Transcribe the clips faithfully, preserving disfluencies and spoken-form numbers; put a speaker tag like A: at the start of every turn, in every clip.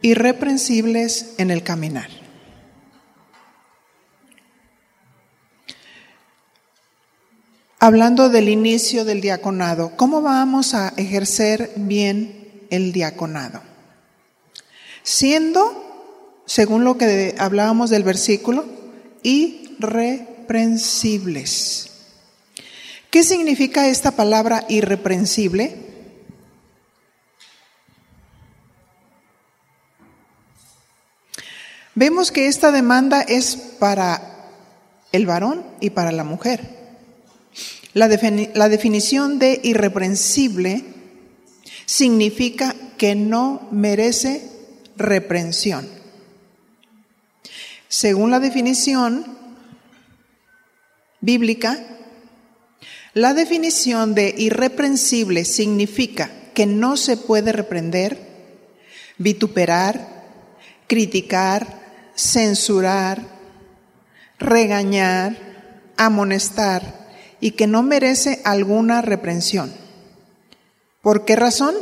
A: irreprensibles en el caminar. Hablando del inicio del diaconado, ¿cómo vamos a ejercer bien el diaconado? Siendo, según lo que hablábamos del versículo, irreprensibles. ¿Qué significa esta palabra irreprensible? Vemos que esta demanda es para el varón y para la mujer. La, defini- la definición de irreprensible significa que no merece reprensión. Según la definición bíblica, la definición de irreprensible significa que no se puede reprender, vituperar, criticar, censurar, regañar, amonestar, y que no merece alguna reprensión. ¿Por qué razón?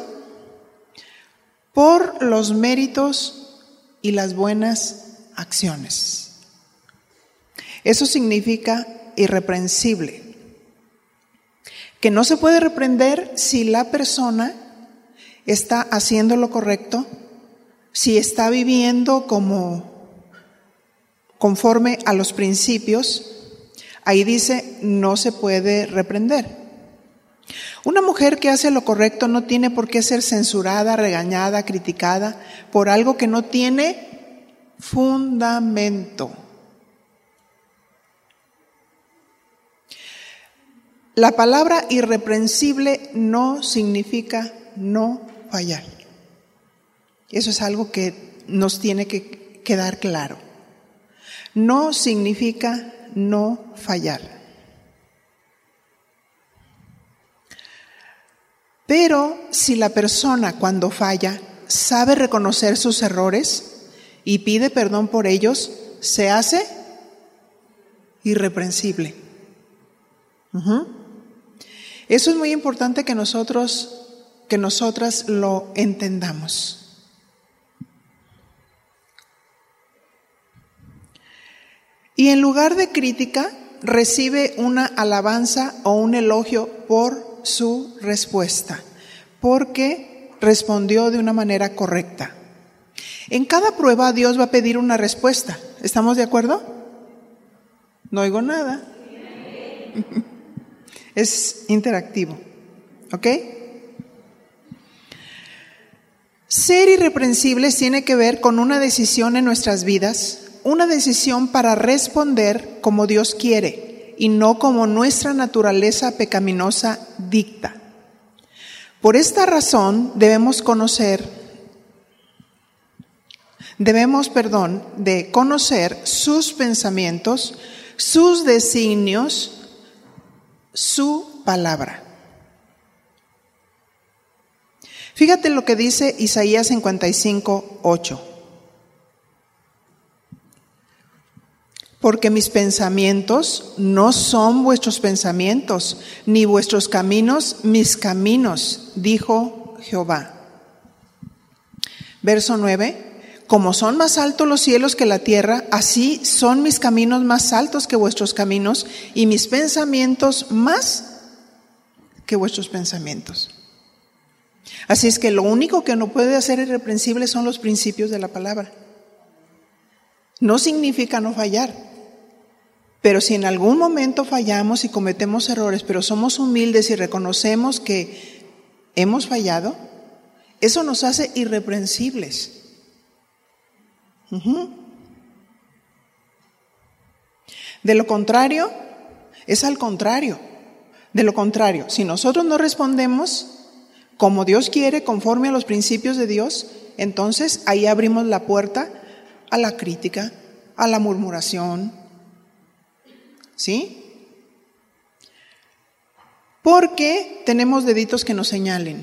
A: Por los méritos y las buenas acciones. Eso significa irreprensible. Que no se puede reprender si la persona está haciendo lo correcto, si está viviendo como conforme a los principios. Ahí dice, no se puede reprender. Una mujer que hace lo correcto no tiene por qué ser censurada, regañada, criticada por algo que no tiene fundamento. La palabra irreprensible no significa no fallar. Eso es algo que nos tiene que quedar claro. No significa no fallar. Pero si la persona cuando falla sabe reconocer sus errores y pide perdón por ellos, se hace irreprensible. Uh-huh. Eso es muy importante que nosotros, que nosotras lo entendamos. Y en lugar de crítica, recibe una alabanza o un elogio por su respuesta, porque respondió de una manera correcta. En cada prueba Dios va a pedir una respuesta. ¿Estamos de acuerdo? No oigo nada. Es interactivo. ¿Ok? Ser irreprensibles tiene que ver con una decisión en nuestras vidas, una decisión para responder como Dios quiere y no como nuestra naturaleza pecaminosa dicta. Por esta razón debemos conocer, debemos, perdón, de conocer sus pensamientos, sus designios, su palabra. Fíjate lo que dice Isaías cincuenta y cinco, ocho. Porque mis pensamientos no son vuestros pensamientos, ni vuestros caminos mis caminos, dijo Jehová. Verso nueve. Como son más altos los cielos que la tierra, así son mis caminos más altos que vuestros caminos, y mis pensamientos más que vuestros pensamientos. Así es que lo único que no puede hacer irreprensible son los principios de la palabra. No significa no fallar. Pero si en algún momento fallamos y cometemos errores, pero somos humildes y reconocemos que hemos fallado, eso nos hace irreprensibles. Uh-huh. De lo contrario, es al contrario. De lo contrario, si nosotros no respondemos como Dios quiere, conforme a los principios de Dios, entonces ahí abrimos la puerta a la crítica, a la murmuración. ¿Sí? Porque tenemos deditos que nos señalen.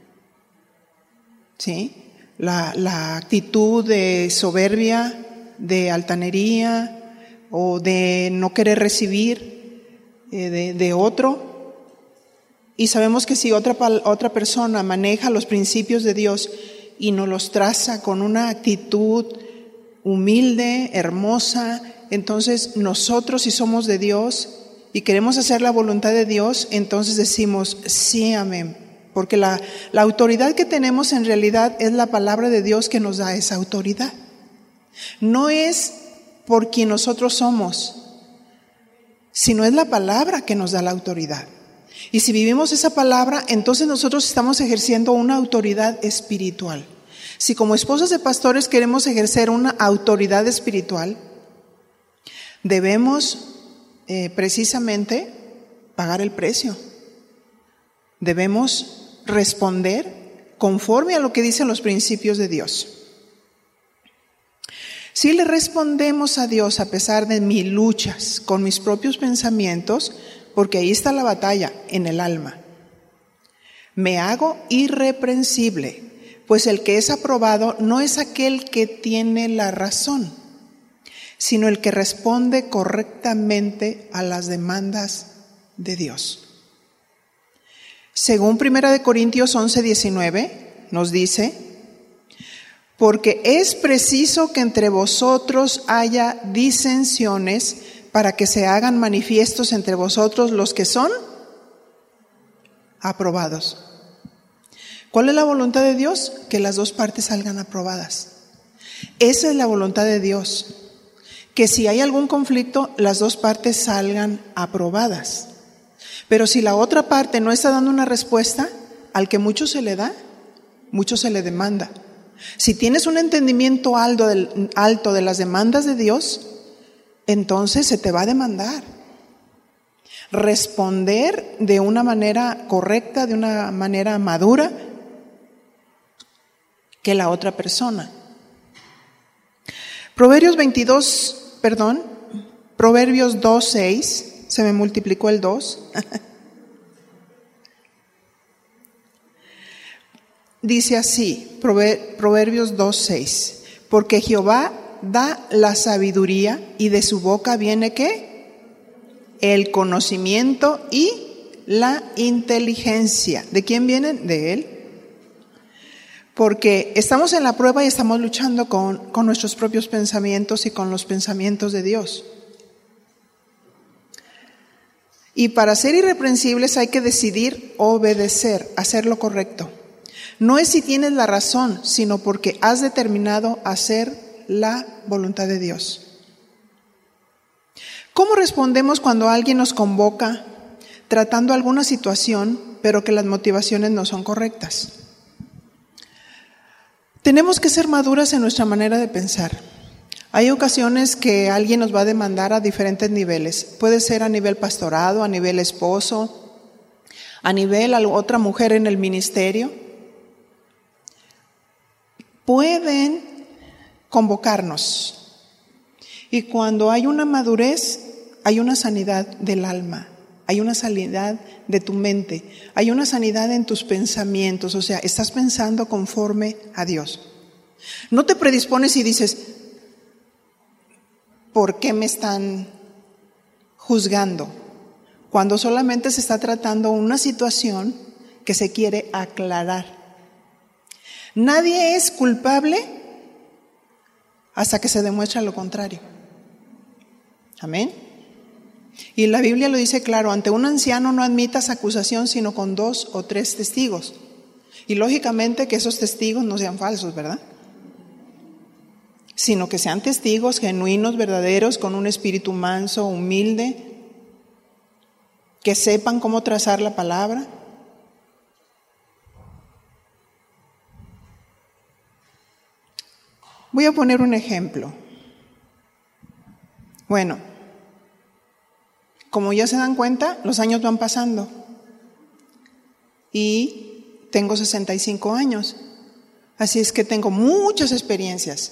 A: ¿Sí? La, la actitud de soberbia, de altanería o de no querer recibir eh, de, de otro. Y sabemos que si otra, otra persona maneja los principios de Dios y nos los traza con una actitud humilde, hermosa. Entonces nosotros, si somos de Dios y queremos hacer la voluntad de Dios, entonces decimos sí, amén, porque la, la autoridad que tenemos en realidad es la palabra de Dios que nos da esa autoridad. No es por quien nosotros somos, sino es la palabra que nos da la autoridad. Y si vivimos esa palabra, entonces nosotros estamos ejerciendo una autoridad espiritual. Si como esposas de pastores queremos ejercer una autoridad espiritual, debemos eh, precisamente pagar el precio. Debemos responder conforme a lo que dicen los principios de Dios. Si le respondemos a Dios a pesar de mis luchas con mis propios pensamientos, porque ahí está la batalla en el alma, me hago irreprensible, pues el que es aprobado no es aquel que tiene la razón, sino el que responde correctamente a las demandas de Dios. Según primera de Corintios once diecinueve nos dice: porque es preciso que entre vosotros haya disensiones para que se hagan manifiestos entre vosotros los que son aprobados. ¿Cuál es la voluntad de Dios? Que las dos partes salgan aprobadas. Esa es la voluntad de Dios, que si hay algún conflicto, las dos partes salgan aprobadas. Pero si la otra parte no está dando una respuesta, al que mucho se le da, mucho se le demanda. Si tienes un entendimiento alto de, alto de las demandas de Dios, entonces se te va a demandar. Responder de una manera correcta, de una manera madura, que la otra persona. Proverbios veintidós, perdón, Proverbios dos seis, se me multiplicó el dos. Dice así, Proverbios dos seis, porque Jehová da la sabiduría y de su boca viene ¿qué? El conocimiento y la inteligencia. ¿De quién vienen? De Él. Porque estamos en la prueba y estamos luchando con, con nuestros propios pensamientos y con los pensamientos de Dios. Y para ser irreprensibles hay que decidir obedecer, hacer lo correcto. No es si tienes la razón, sino porque has determinado hacer la voluntad de Dios. ¿Cómo respondemos cuando alguien nos convoca tratando alguna situación, pero que las motivaciones no son correctas? Tenemos que ser maduras en nuestra manera de pensar. Hay ocasiones que alguien nos va a demandar a diferentes niveles. Puede ser a nivel pastorado, a nivel esposo, a nivel a otra mujer en el ministerio. Pueden convocarnos. Y cuando hay una madurez, hay una sanidad del alma, hay una sanidad de tu mente, hay una sanidad en tus pensamientos, o sea, estás pensando conforme a Dios. No te predispones y dices, ¿por qué me están juzgando? Cuando solamente se está tratando una situación que se quiere aclarar. Nadie es culpable hasta que se demuestra lo contrario. Amén. Y la Biblia lo dice claro, ante un anciano no admitas acusación sino con dos o tres testigos. Y lógicamente que esos testigos no sean falsos, ¿verdad? Sino que sean testigos genuinos, verdaderos, con un espíritu manso, humilde, que sepan cómo trazar la palabra. Voy a poner un ejemplo. Bueno, como ya se dan cuenta, los años van pasando y tengo sesenta y cinco años, así es que tengo muchas experiencias,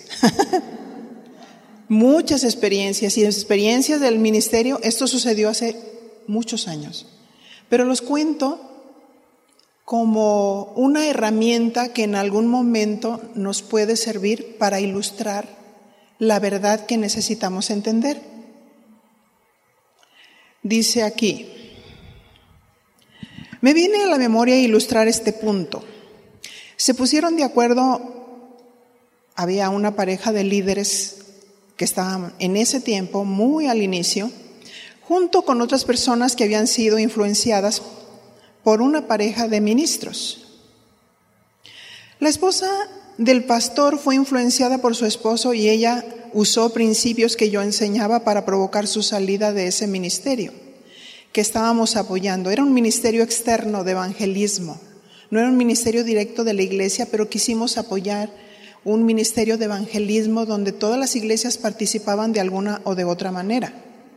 A: muchas experiencias y experiencias del ministerio. Esto sucedió hace muchos años, pero los cuento como una herramienta que en algún momento nos puede servir para ilustrar la verdad que necesitamos entender. Dice aquí, me viene a la memoria ilustrar este punto. Se pusieron de acuerdo, había una pareja de líderes que estaban en ese tiempo, muy al inicio, junto con otras personas que habían sido influenciadas por una pareja de ministros. La esposa del pastor fue influenciada por su esposo y ella usó principios que yo enseñaba para provocar su salida de ese ministerio que estábamos apoyando. Era un ministerio externo de evangelismo, no era un ministerio directo de la iglesia, pero quisimos apoyar un ministerio de evangelismo donde todas las iglesias participaban de alguna o de otra manera.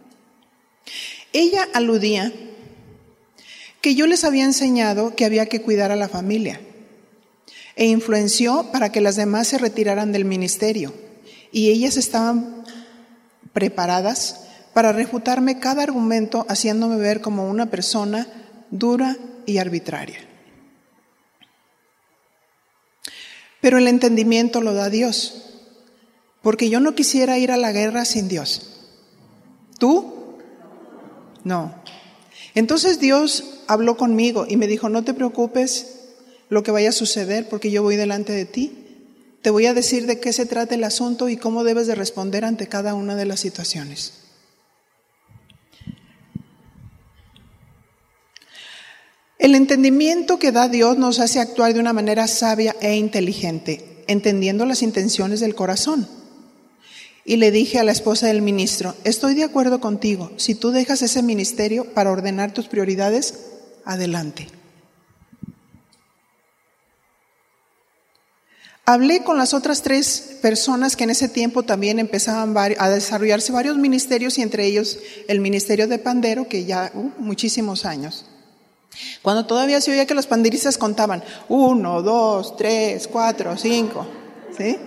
A: Ella aludía que yo les había enseñado que había que cuidar a la familia e influenció para que las demás se retiraran del ministerio y ellas estaban preparadas para refutarme cada argumento haciéndome ver como una persona dura y arbitraria. Pero el entendimiento lo da Dios, porque yo no quisiera ir a la guerra sin Dios. ¿Tú? No. Entonces Dios habló conmigo y me dijo, no te preocupes lo que vaya a suceder porque yo voy delante de ti. Te voy a decir de qué se trata el asunto y cómo debes de responder ante cada una de las situaciones. El entendimiento que da Dios nos hace actuar de una manera sabia e inteligente, entendiendo las intenciones del corazón. Y le dije a la esposa del ministro, estoy de acuerdo contigo, si tú dejas ese ministerio para ordenar tus prioridades, adelante. Hablé con las otras tres personas que en ese tiempo también empezaban a desarrollarse varios ministerios y entre ellos el ministerio de pandero, que ya uh, muchísimos años. Cuando todavía se oía que los panderistas contaban uno, dos, tres, cuatro, cinco, ¿sí?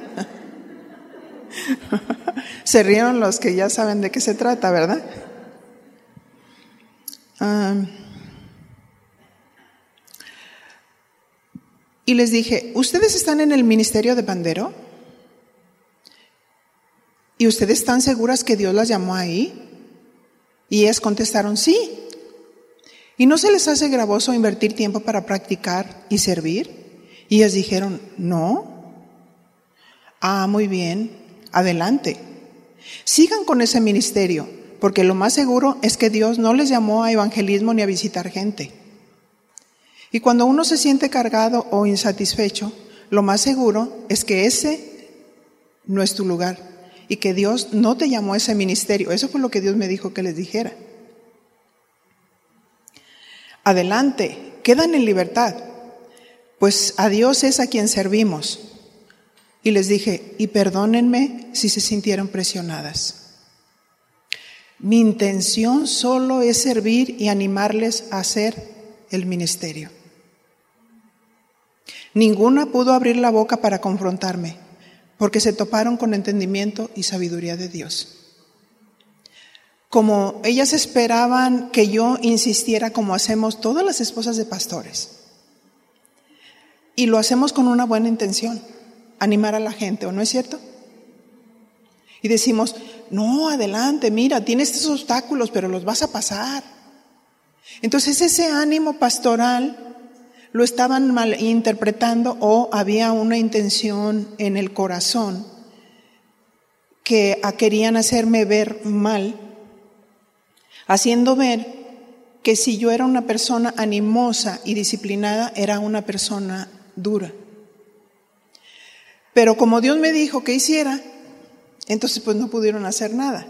A: Se rieron los que ya saben de qué se trata, ¿verdad? Um, y les dije, ¿ustedes están en el ministerio de pandero? ¿Y ustedes están seguras que Dios las llamó ahí? Y ellas contestaron, sí. ¿Y no se les hace gravoso invertir tiempo para practicar y servir? Y ellas dijeron, no. Ah, muy bien, adelante. Sigan con ese ministerio, porque lo más seguro es que Dios no les llamó a evangelismo ni a visitar gente. Y cuando uno se siente cargado o insatisfecho, lo más seguro es que ese no es tu lugar y que Dios no te llamó a ese ministerio. Eso fue lo que Dios me dijo que les dijera. Adelante, quedan en libertad, pues a Dios es a quien servimos. Y les dije, y perdónenme si se sintieron presionadas. Mi intención solo es servir y animarles a hacer el ministerio. Ninguna pudo abrir la boca para confrontarme, porque se toparon con entendimiento y sabiduría de Dios. Como ellas esperaban que yo insistiera como hacemos todas las esposas de pastores. Y lo hacemos con una buena intención, animar a la gente, ¿o no es cierto? Y decimos, no, adelante, mira, tienes estos obstáculos, pero los vas a pasar. Entonces ese ánimo pastoral lo estaban malinterpretando o había una intención en el corazón que querían hacerme ver mal, haciendo ver que si yo era una persona animosa y disciplinada, era una persona dura. Pero como Dios me dijo que hiciera, entonces pues no pudieron hacer nada.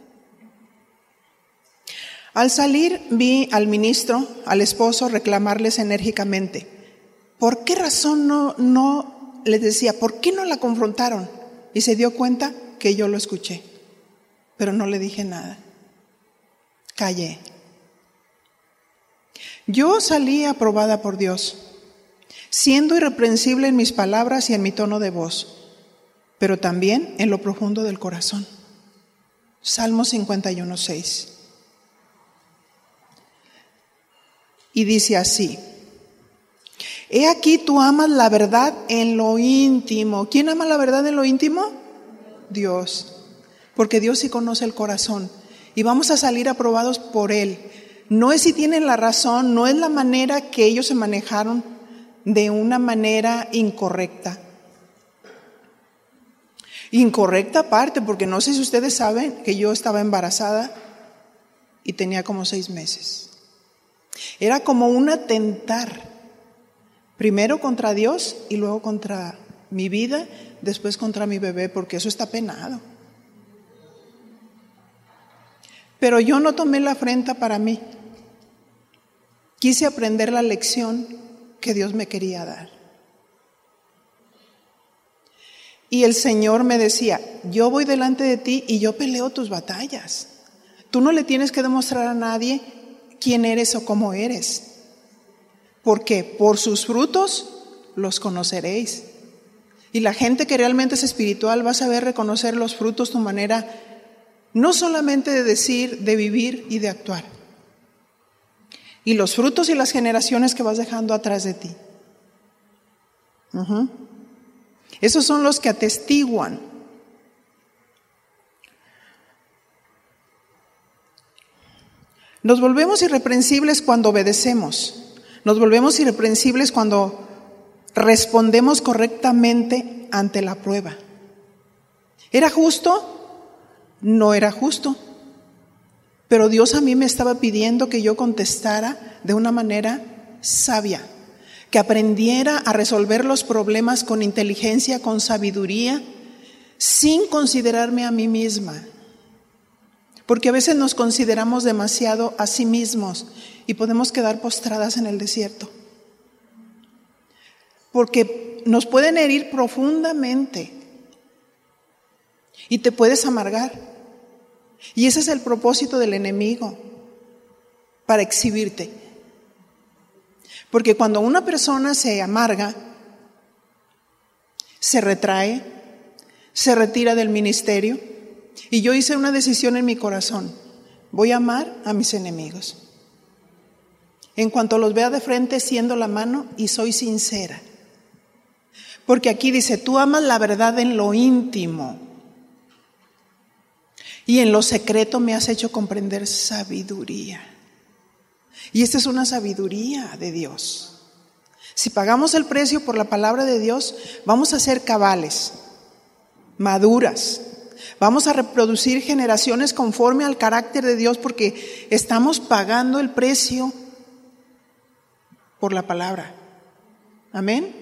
A: Al salir vi al ministro, al esposo, reclamarles enérgicamente. ¿Por qué razón no, no, les decía, por qué no la confrontaron? Y se dio cuenta que yo lo escuché, pero no le dije nada. Callé. Yo salí aprobada por Dios, siendo irreprensible en mis palabras y en mi tono de voz, pero también en lo profundo del corazón. Salmo cincuenta y uno, seis. Y dice así: he aquí tú amas la verdad en lo íntimo. ¿Quién ama la verdad en lo íntimo? Dios. Porque Dios sí conoce el corazón. Y vamos a salir aprobados por Él. No es si tienen la razón, no es la manera que ellos se manejaron, de una manera incorrecta. Incorrecta aparte, porque no sé si ustedes saben que yo estaba embarazada y tenía como seis meses. Era como un atentar, primero contra Dios y luego contra mi vida, después contra mi bebé, porque eso está penado. Pero yo no tomé la afrenta para mí. Quise aprender la lección que Dios me quería dar. Y el Señor me decía, yo voy delante de ti y yo peleo tus batallas. Tú no le tienes que demostrar a nadie quién eres o cómo eres. Porque por sus frutos los conoceréis. Y la gente que realmente es espiritual va a saber reconocer los frutos, tu manera, no solamente de decir, de vivir y de actuar. Y los frutos y las generaciones que vas dejando atrás de ti. Uh-huh. Esos son los que atestiguan. Nos volvemos irreprensibles cuando obedecemos. Nos volvemos irreprensibles cuando respondemos correctamente ante la prueba. ¿Era justo? No era justo. Pero Dios a mí me estaba pidiendo que yo contestara de una manera sabia. Que aprendiera a resolver los problemas con inteligencia, con sabiduría, sin considerarme a mí misma. Porque a veces nos consideramos demasiado a sí mismos y podemos quedar postradas en el desierto. Porque nos pueden herir profundamente y te puedes amargar. Y ese es el propósito del enemigo, para exhibirte. Porque cuando una persona se amarga, se retrae, se retira del ministerio, y yo hice una decisión en mi corazón: voy a amar a mis enemigos. En cuanto los vea de frente, extiendo la mano y soy sincera. Porque aquí dice, tú amas la verdad en lo íntimo, y en lo secreto me has hecho comprender sabiduría. Y esta es una sabiduría de Dios. Si pagamos el precio por la palabra de Dios, vamos a ser cabales, maduras. Vamos a reproducir generaciones conforme al carácter de Dios, porque estamos pagando el precio por la palabra. Amén.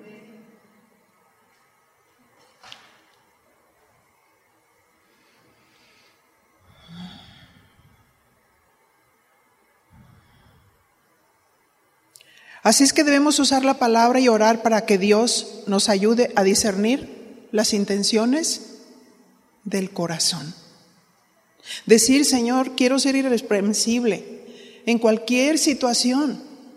A: Así es que debemos usar la palabra y orar para que Dios nos ayude a discernir las intenciones del corazón. Decir, Señor, quiero ser irreprensible en cualquier situación.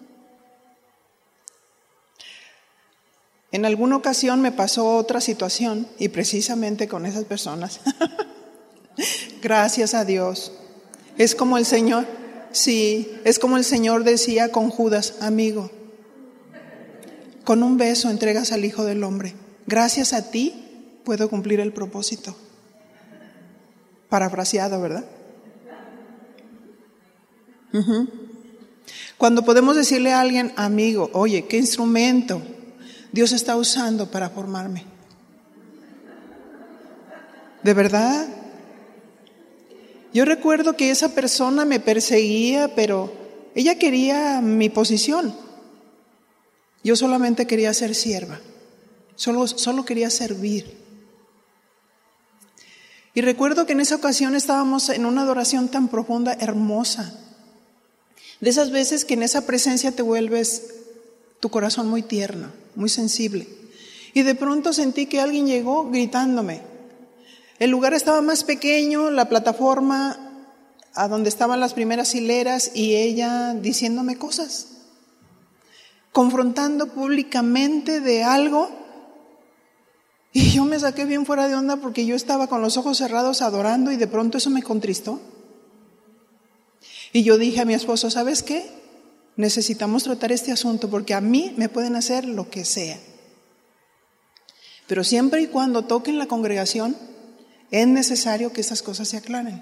A: En alguna ocasión me pasó otra situación y precisamente con esas personas. Gracias a Dios. Es como el Señor, sí, es como el Señor decía con Judas, amigo, con un beso entregas al Hijo del Hombre. Gracias a ti puedo cumplir el propósito. Parafraseado, ¿verdad? Uh-huh. Cuando podemos decirle a alguien, amigo, oye, ¿qué instrumento Dios está usando para formarme? ¿De verdad? Yo recuerdo que esa persona me perseguía, pero ella quería mi posición. Yo solamente quería ser sierva, solo, solo quería servir. Y recuerdo que en esa ocasión estábamos en una adoración tan profunda, hermosa. De esas veces que en esa presencia te vuelves tu corazón muy tierno, muy sensible. Y de pronto sentí que alguien llegó gritándome. El lugar estaba más pequeño, la plataforma a donde estaban las primeras hileras, y ella diciéndome cosas, confrontando públicamente de algo. Y yo me saqué bien fuera de onda porque yo estaba con los ojos cerrados adorando y de pronto eso me contristó. Y yo dije a mi esposo, ¿sabes qué? Necesitamos tratar este asunto porque a mí me pueden hacer lo que sea. Pero siempre y cuando toquen la congregación, es necesario que estas cosas se aclaren.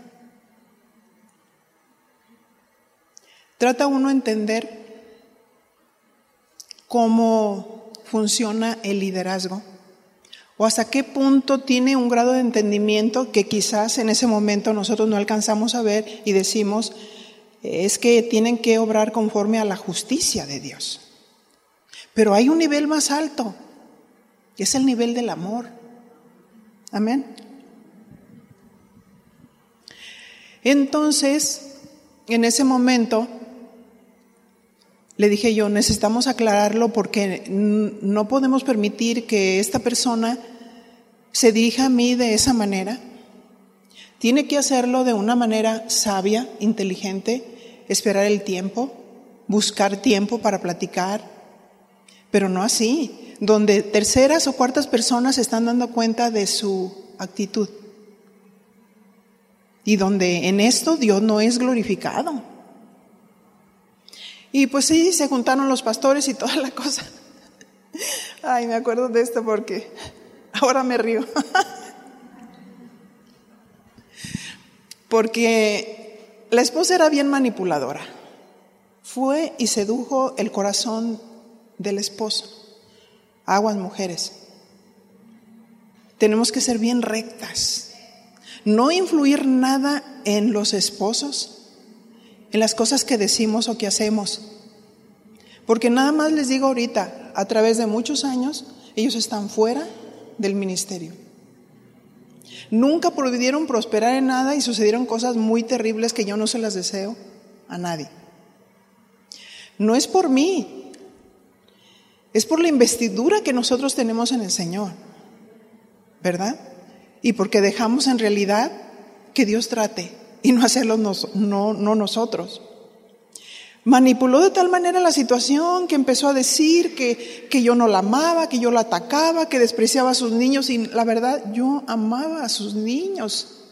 A: Trata uno de entender cómo funciona el liderazgo, o hasta qué punto tiene un grado de entendimiento que quizás en ese momento nosotros no alcanzamos a ver y decimos, es que tienen que obrar conforme a la justicia de Dios. Pero hay un nivel más alto, que es el nivel del amor. Amén. Entonces, en ese momento, le dije yo, necesitamos aclararlo porque no podemos permitir que esta persona se dirija a mí de esa manera. Tiene que hacerlo de una manera sabia, inteligente, esperar el tiempo, buscar tiempo para platicar, pero no así, donde terceras o cuartas personas se están dando cuenta de su actitud y donde en esto Dios no es glorificado. Y pues sí, se juntaron los pastores y toda la cosa. Ay, me acuerdo de esto porque ahora me río. Porque la esposa era bien manipuladora. Fue y sedujo el corazón del esposo. Aguas, mujeres. Tenemos que ser bien rectas. No influir nada en los esposos, en las cosas que decimos o que hacemos. Porque nada más les digo ahorita, a través de muchos años, ellos están fuera del ministerio. Nunca pudieron prosperar en nada y sucedieron cosas muy terribles que yo no se las deseo a nadie. No es por mí, es por la investidura que nosotros tenemos en el Señor, ¿verdad? Y porque dejamos en realidad que Dios trate y no hacerlo nos, no, no nosotros. Manipuló de tal manera la situación que empezó a decir que, que yo no la amaba, que yo la atacaba, que despreciaba a sus niños, y la verdad, yo amaba a sus niños.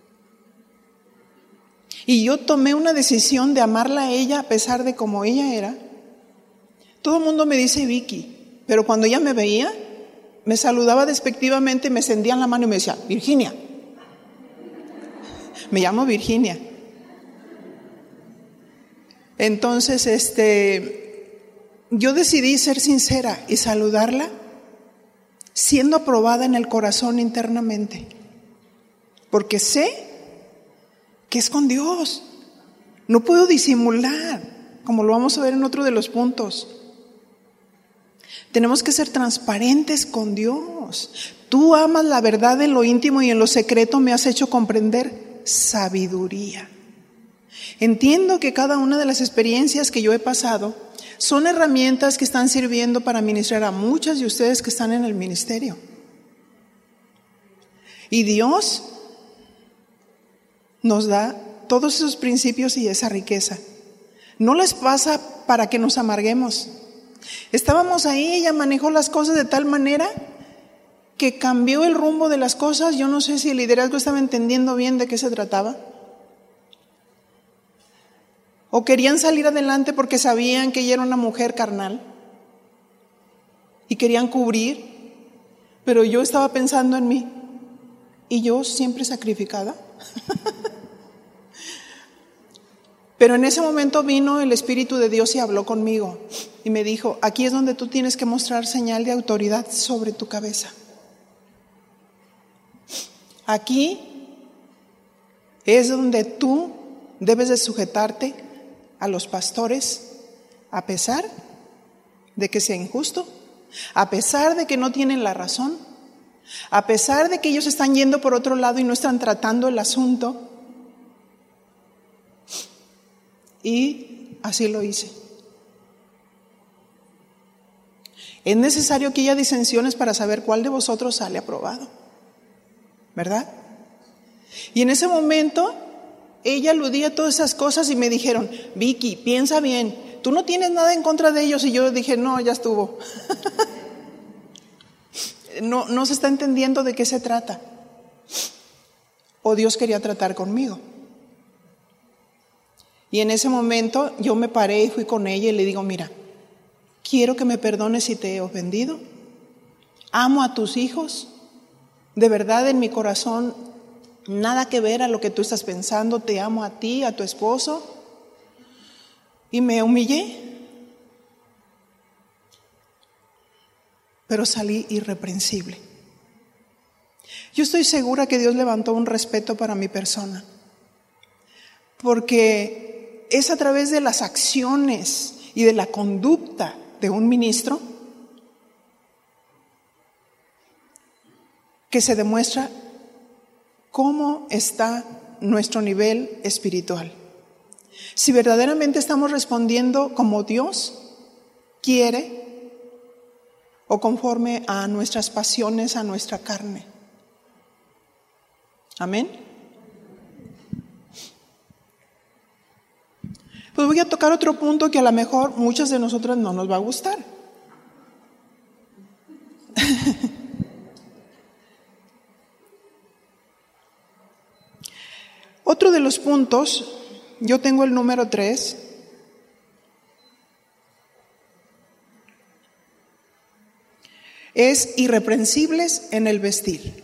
A: Y yo tomé una decisión de amarla a ella a pesar de cómo ella era. Todo el mundo me dice Vicky, pero cuando ella me veía, me saludaba despectivamente, me extendían la mano y me decía, Virginia. Me llamo Virginia. Entonces, este, yo decidí ser sincera y saludarla, siendo aprobada en el corazón internamente, porque sé que es con Dios. No puedo disimular, como lo vamos a ver en otro de los puntos. Tenemos que ser transparentes con Dios. Tú amas la verdad en lo íntimo y en lo secreto me has hecho comprender sabiduría. Entiendo que cada una de las experiencias que yo he pasado son herramientas que están sirviendo para ministrar a muchas de ustedes que están en el ministerio. Y Dios nos da todos esos principios y esa riqueza. No les pasa para que nos amarguemos. Estábamos ahí, ella manejó las cosas de tal manera que cambió el rumbo de las cosas. Yo no sé si el liderazgo estaba entendiendo bien de qué se trataba. O querían salir adelante porque sabían que ella era una mujer carnal y querían cubrir, pero yo estaba pensando en mí y yo siempre sacrificada. Pero en ese momento vino el Espíritu de Dios y habló conmigo y me dijo, aquí es donde tú tienes que mostrar señal de autoridad sobre tu cabeza. Aquí es donde tú debes de sujetarte a los pastores, a pesar de que sea injusto, a pesar de que no tienen la razón, a pesar de que ellos están yendo por otro lado y no están tratando el asunto. Y así lo hice. Es necesario que haya disensiones para saber cuál de vosotros sale aprobado, ¿verdad? Y en ese momento ella aludía a todas esas cosas y me dijeron, Vicky, piensa bien, tú no tienes nada en contra de ellos. Y yo dije, no, ya estuvo. no, no se está entendiendo de qué se trata. O Dios quería tratar conmigo. Y en ese momento yo me paré y fui con ella y le digo, mira, quiero que me perdones si te he ofendido. Amo a tus hijos. De verdad en mi corazón nada que ver a lo que tú estás pensando. Te amo a ti, a tu esposo. Y me humillé. pero salí irreprensible. Yo estoy segura que Dios levantó un respeto para mi persona, porque es a través de las acciones y de la conducta de un ministro que se demuestra cómo está nuestro nivel espiritual. Si verdaderamente estamos respondiendo como Dios quiere o conforme a nuestras pasiones, a nuestra carne. Amén. Pues voy a tocar otro punto que a lo mejor muchas de nosotras no nos va a gustar. Otro de los puntos, yo tengo el número tres, es irreprensibles en el vestir.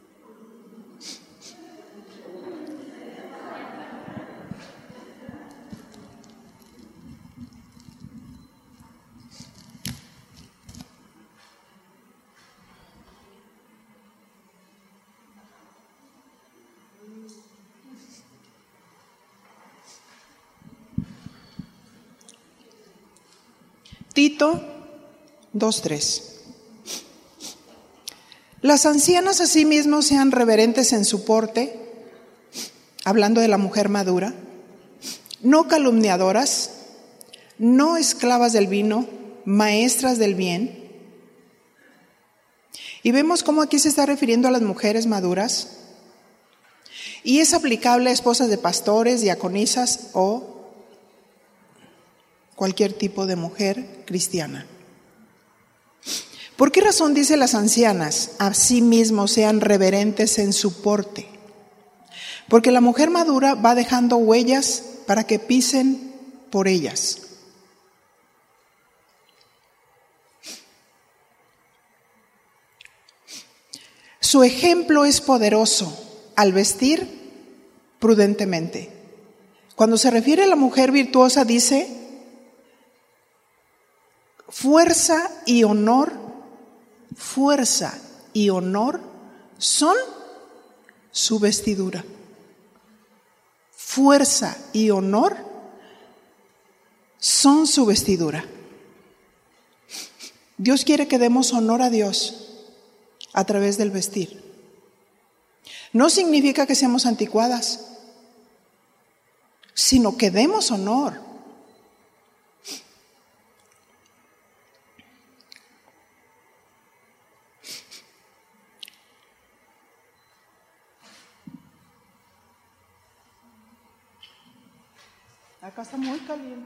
A: Tito dos tres. Las ancianas asimismo sean reverentes en su porte, hablando de la mujer madura, no calumniadoras, no esclavas del vino, maestras del bien. Y vemos cómo aquí se está refiriendo a las mujeres maduras, y es aplicable a esposas de pastores, diaconisas o cualquier tipo de mujer cristiana. ¿Por qué razón dice las ancianas? Asimismo sean reverentes en su porte. Porque la mujer madura va dejando huellas para que pisen por ellas. Su ejemplo es poderoso al vestir prudentemente. Cuando se refiere a la mujer virtuosa dice fuerza y honor, fuerza y honor son su vestidura. Fuerza y honor son su vestidura. Dios quiere que demos honor a Dios a través del vestir. No significa que seamos anticuadas, sino que demos honor. Acá está muy caliente.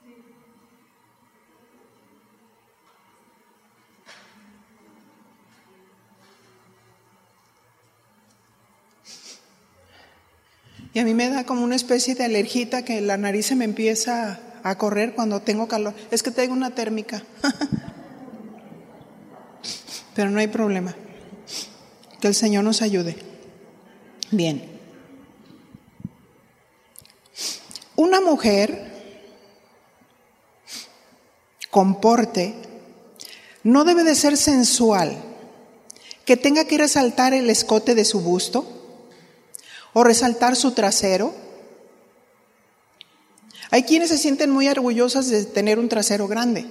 A: Y a mí me da como una especie de alergita que la nariz se me empieza a correr cuando tengo calor. Es que tengo una térmica. Pero no hay problema. Que el Señor nos ayude. Bien. Una mujer con porte no debe de ser sensual, que tenga que resaltar el escote de su busto o resaltar su trasero. Hay quienes se sienten muy orgullosas de tener un trasero grande.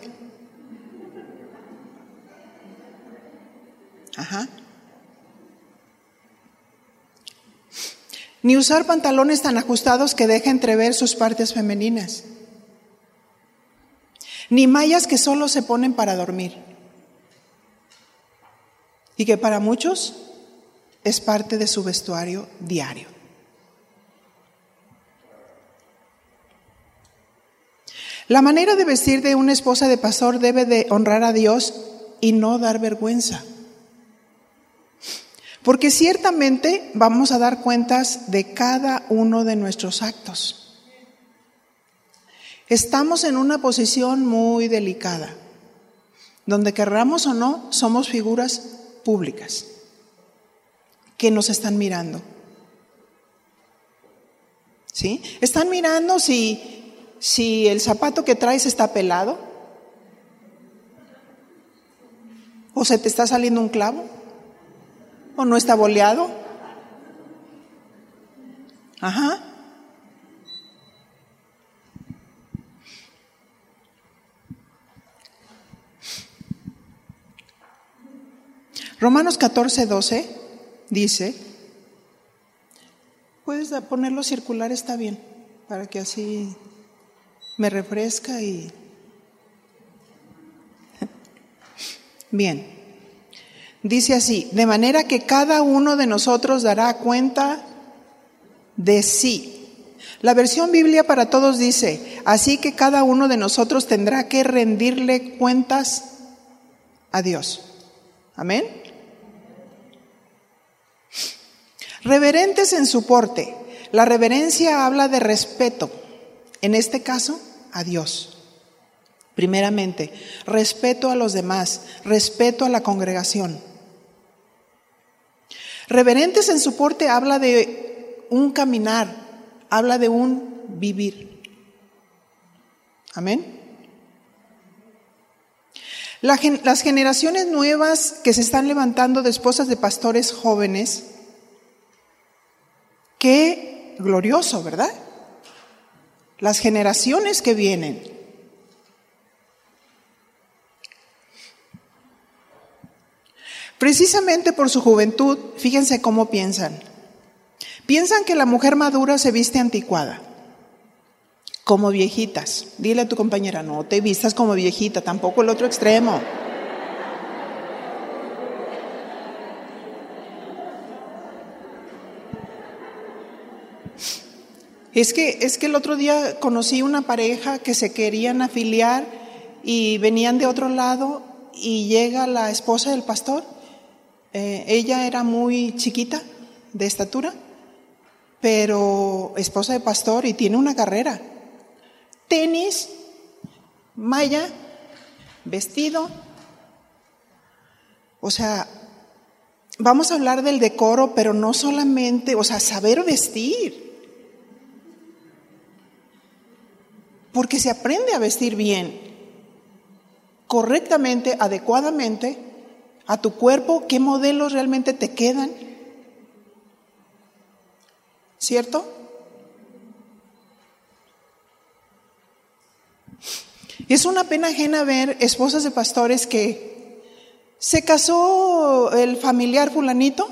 A: Ajá. Ni usar pantalones tan ajustados que dejen entrever sus partes femeninas. Ni mallas que solo se ponen para dormir. Y que para muchos es parte de su vestuario diario. La manera de vestir de una esposa de pastor debe de honrar a Dios y no dar vergüenza. Porque ciertamente vamos a dar cuentas de cada uno de nuestros actos. Estamos en una posición muy delicada, donde querramos o no, somos figuras públicas que nos están mirando. ¿Sí? Están mirando si, si el zapato que traes está pelado. ¿O se te está saliendo un clavo? ¿O no está boleado? Ajá. Romanos catorce, doce dice, puedes ponerlo circular, está bien, para que así me refresca y... Bien, dice así, de manera que cada uno de nosotros dará cuenta de sí. La versión Biblia para Todos dice, así que cada uno de nosotros tendrá que rendirle cuentas a Dios. Amén. Reverentes en su porte. La reverencia habla de respeto, en este caso, a Dios. Primeramente, respeto a los demás, respeto a la congregación. Reverentes en su porte habla de un caminar, habla de un vivir. Amén. La, las generaciones nuevas que se están levantando de esposas de pastores jóvenes, qué glorioso, ¿verdad? Las generaciones que vienen. Precisamente por su juventud, fíjense cómo piensan. Piensan que la mujer madura se viste anticuada, como viejitas. Dile a tu compañera, no te vistas como viejita, tampoco el otro extremo. Es que, es que el otro día conocí una pareja que se querían afiliar y venían de otro lado y llega la esposa del pastor. Eh, ella era muy chiquita de estatura, pero esposa de pastor y tiene una carrera. Tenis, malla, vestido. O sea, vamos a hablar del decoro, pero no solamente, o sea, saber vestir. Porque se aprende a vestir bien, correctamente, adecuadamente, a tu cuerpo, qué modelos realmente te quedan. ¿Cierto? Es una pena ajena ver esposas de pastores que se casó el familiar fulanito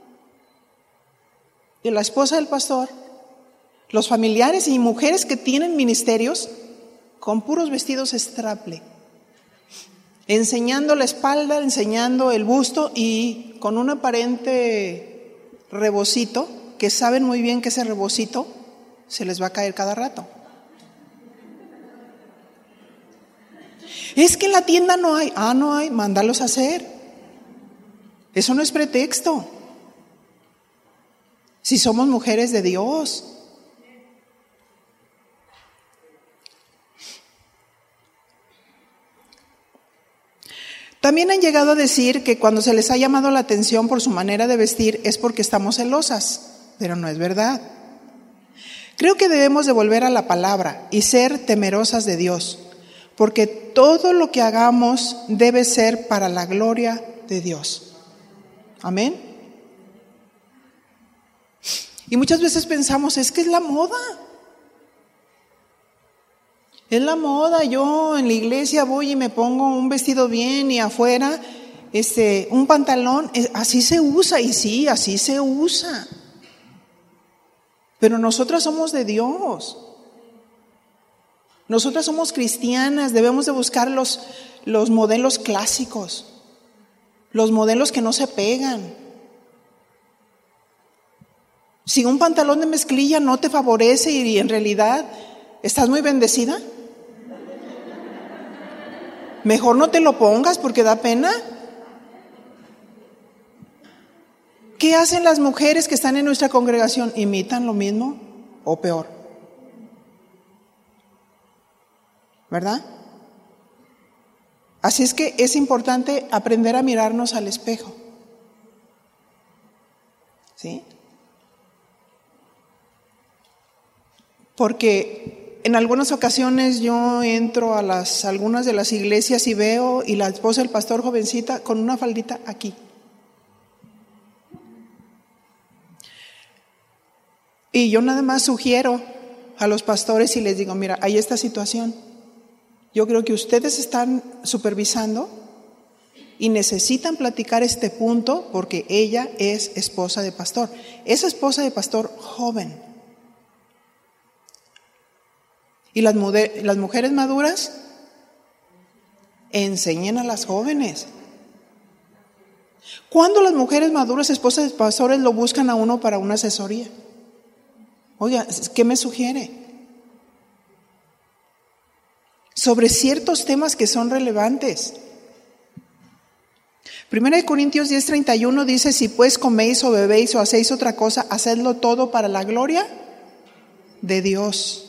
A: y la esposa del pastor, los familiares y mujeres que tienen ministerios con puros vestidos straple, enseñando la espalda, enseñando el busto y con un aparente rebocito, que saben muy bien que ese rebocito se les va a caer cada rato. Es que en la tienda no hay. Ah, no hay, mándalos a hacer. Eso no es pretexto. Si somos mujeres de Dios. También han llegado a decir que cuando se les ha llamado la atención por su manera de vestir es porque estamos celosas, pero no es verdad. Creo que debemos de volver a la palabra y ser temerosas de Dios, porque todo lo que hagamos debe ser para la gloria de Dios. Amén. Y muchas veces pensamos, es que es la moda. Es la moda, yo en la iglesia voy y me pongo un vestido bien y afuera este, un pantalón, así se usa y sí, así se usa. Pero nosotras somos de Dios. Nosotras somos cristianas, debemos de buscar los, los modelos clásicos, los modelos que no se pegan. Si un pantalón de mezclilla no te favorece y en realidad estás muy bendecida, mejor no te lo pongas porque da pena. ¿Qué hacen las mujeres que están en nuestra congregación? ¿Imitan lo mismo o peor? ¿Verdad? Así es que es importante aprender a mirarnos al espejo. ¿Sí? Porque En algunas ocasiones yo entro a las, algunas de las iglesias y veo, y la esposa del pastor jovencita con una faldita aquí. Y yo nada más sugiero a los pastores y les digo, mira, hay esta situación. Yo creo que ustedes están supervisando y necesitan platicar este punto porque ella es esposa de pastor. Es esposa de pastor joven. Y las, las mujeres maduras enseñen a las jóvenes. ¿Cuándo las mujeres maduras, esposas de pastores, lo buscan a uno para una asesoría? Oiga, ¿qué me sugiere? Sobre ciertos temas que son relevantes. Primera de Corintios diez treinta y uno dice, si pues coméis o bebéis o hacéis otra cosa, hacedlo todo para la gloria de Dios.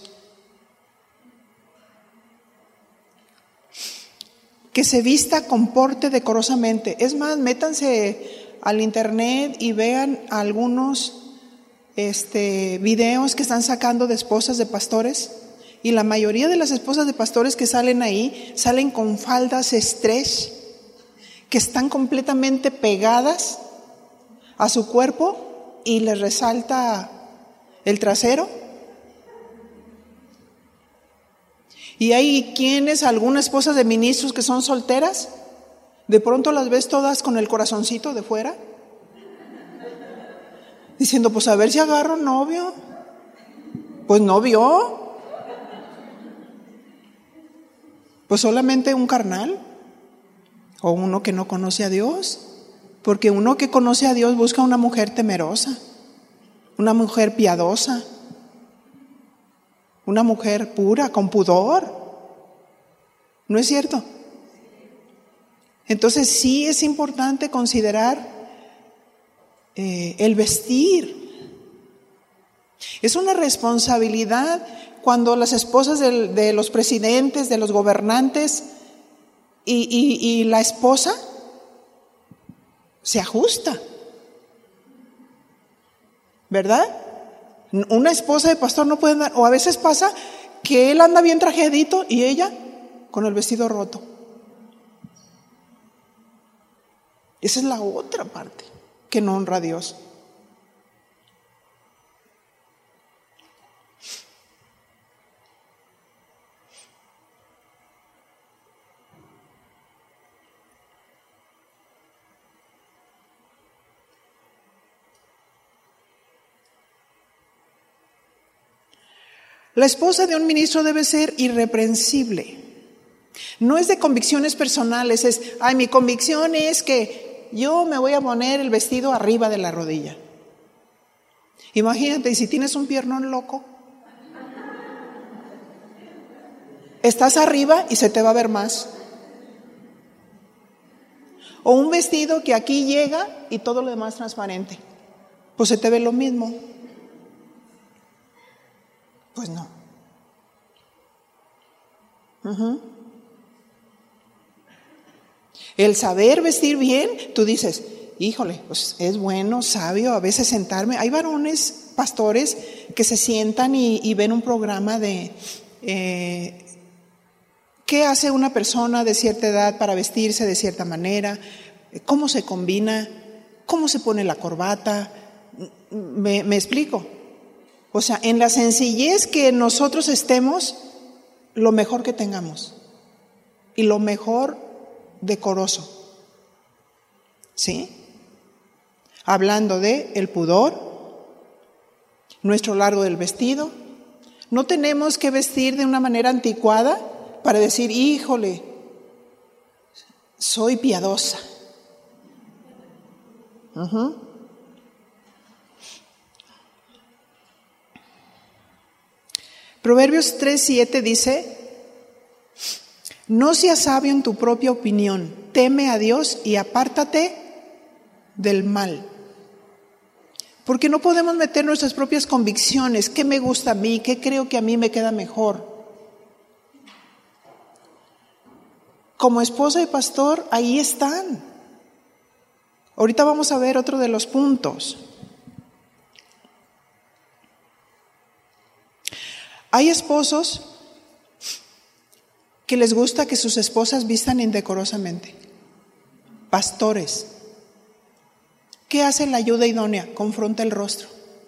A: Que se vista con porte decorosamente. Es más, métanse al internet y vean algunos este, videos que están sacando de esposas de pastores. Y la mayoría de las esposas de pastores que salen ahí, salen con faldas stretch, que están completamente pegadas a su cuerpo y les resalta el trasero. Y hay quienes, algunas esposas de ministros que son solteras, de pronto las ves todas con el corazoncito de fuera, diciendo, pues a ver si agarro novio. Pues no vio. Pues solamente un carnal o uno que no conoce a Dios, porque uno que conoce a Dios busca una mujer temerosa, una mujer piadosa, una mujer pura, con pudor. ¿No es cierto? Entonces sí es importante considerar eh, el vestir. Es una responsabilidad cuando las esposas de, de los presidentes, de los gobernantes y, y, y la esposa se ajusta, ¿verdad? Una esposa de pastor no puede andar, o a veces pasa que él anda bien trajeadito y ella con el vestido roto. Esa es la otra parte que no honra a Dios. La esposa de un ministro debe ser irreprensible. No es de convicciones personales, es, ay, mi convicción es que yo me voy a poner el vestido arriba de la rodilla. Imagínate, si tienes un piernón loco, estás arriba y se te va a ver más. O un vestido que aquí llega y todo lo demás transparente, pues se te ve lo mismo. Pues no. Uh-huh. El saber vestir bien, tú dices, híjole, pues es bueno, sabio, a veces sentarme. Hay varones, pastores, que se sientan y, y ven un programa de eh, qué hace una persona de cierta edad para vestirse de cierta manera, cómo se combina, cómo se pone la corbata. ¿Me, me explico? O sea, en la sencillez que nosotros estemos, lo mejor que tengamos y lo mejor decoroso, ¿sí? Hablando de el pudor, nuestro largo del vestido. No tenemos que vestir de una manera anticuada para decir, híjole, soy piadosa. Uh-huh. Proverbios tres siete dice, no seas sabio en tu propia opinión, teme a Dios y apártate del mal. Porque no podemos meter nuestras propias convicciones, qué me gusta a mí, qué creo que a mí me queda mejor. Como esposa y pastor, ahí están. Ahorita vamos a ver otro de los puntos. Hay esposos que les gusta que sus esposas vistan indecorosamente. Pastores. ¿Qué hace la ayuda idónea? Confronta el rostro.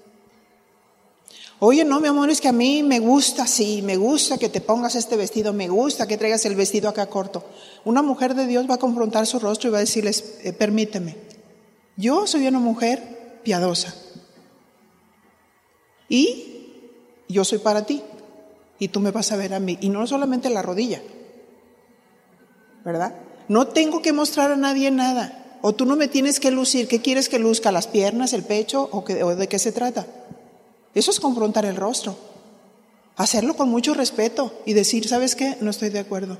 A: Oye, no, mi amor, es que a mí me gusta, sí, me gusta que te pongas este vestido, me gusta que traigas el vestido acá corto. Una mujer de Dios va a confrontar su rostro y va a decirles, eh, permíteme, yo soy una mujer piadosa y yo soy para ti y tú me vas a ver a mí. Y no solamente la rodilla, ¿verdad? No tengo que mostrar a nadie nada, o tú no me tienes que lucir. ¿Qué quieres que luzca? ¿Las piernas, el pecho o, que, o de qué se trata? Eso es confrontar el rostro, hacerlo con mucho respeto y decir, ¿sabes qué? No estoy de acuerdo.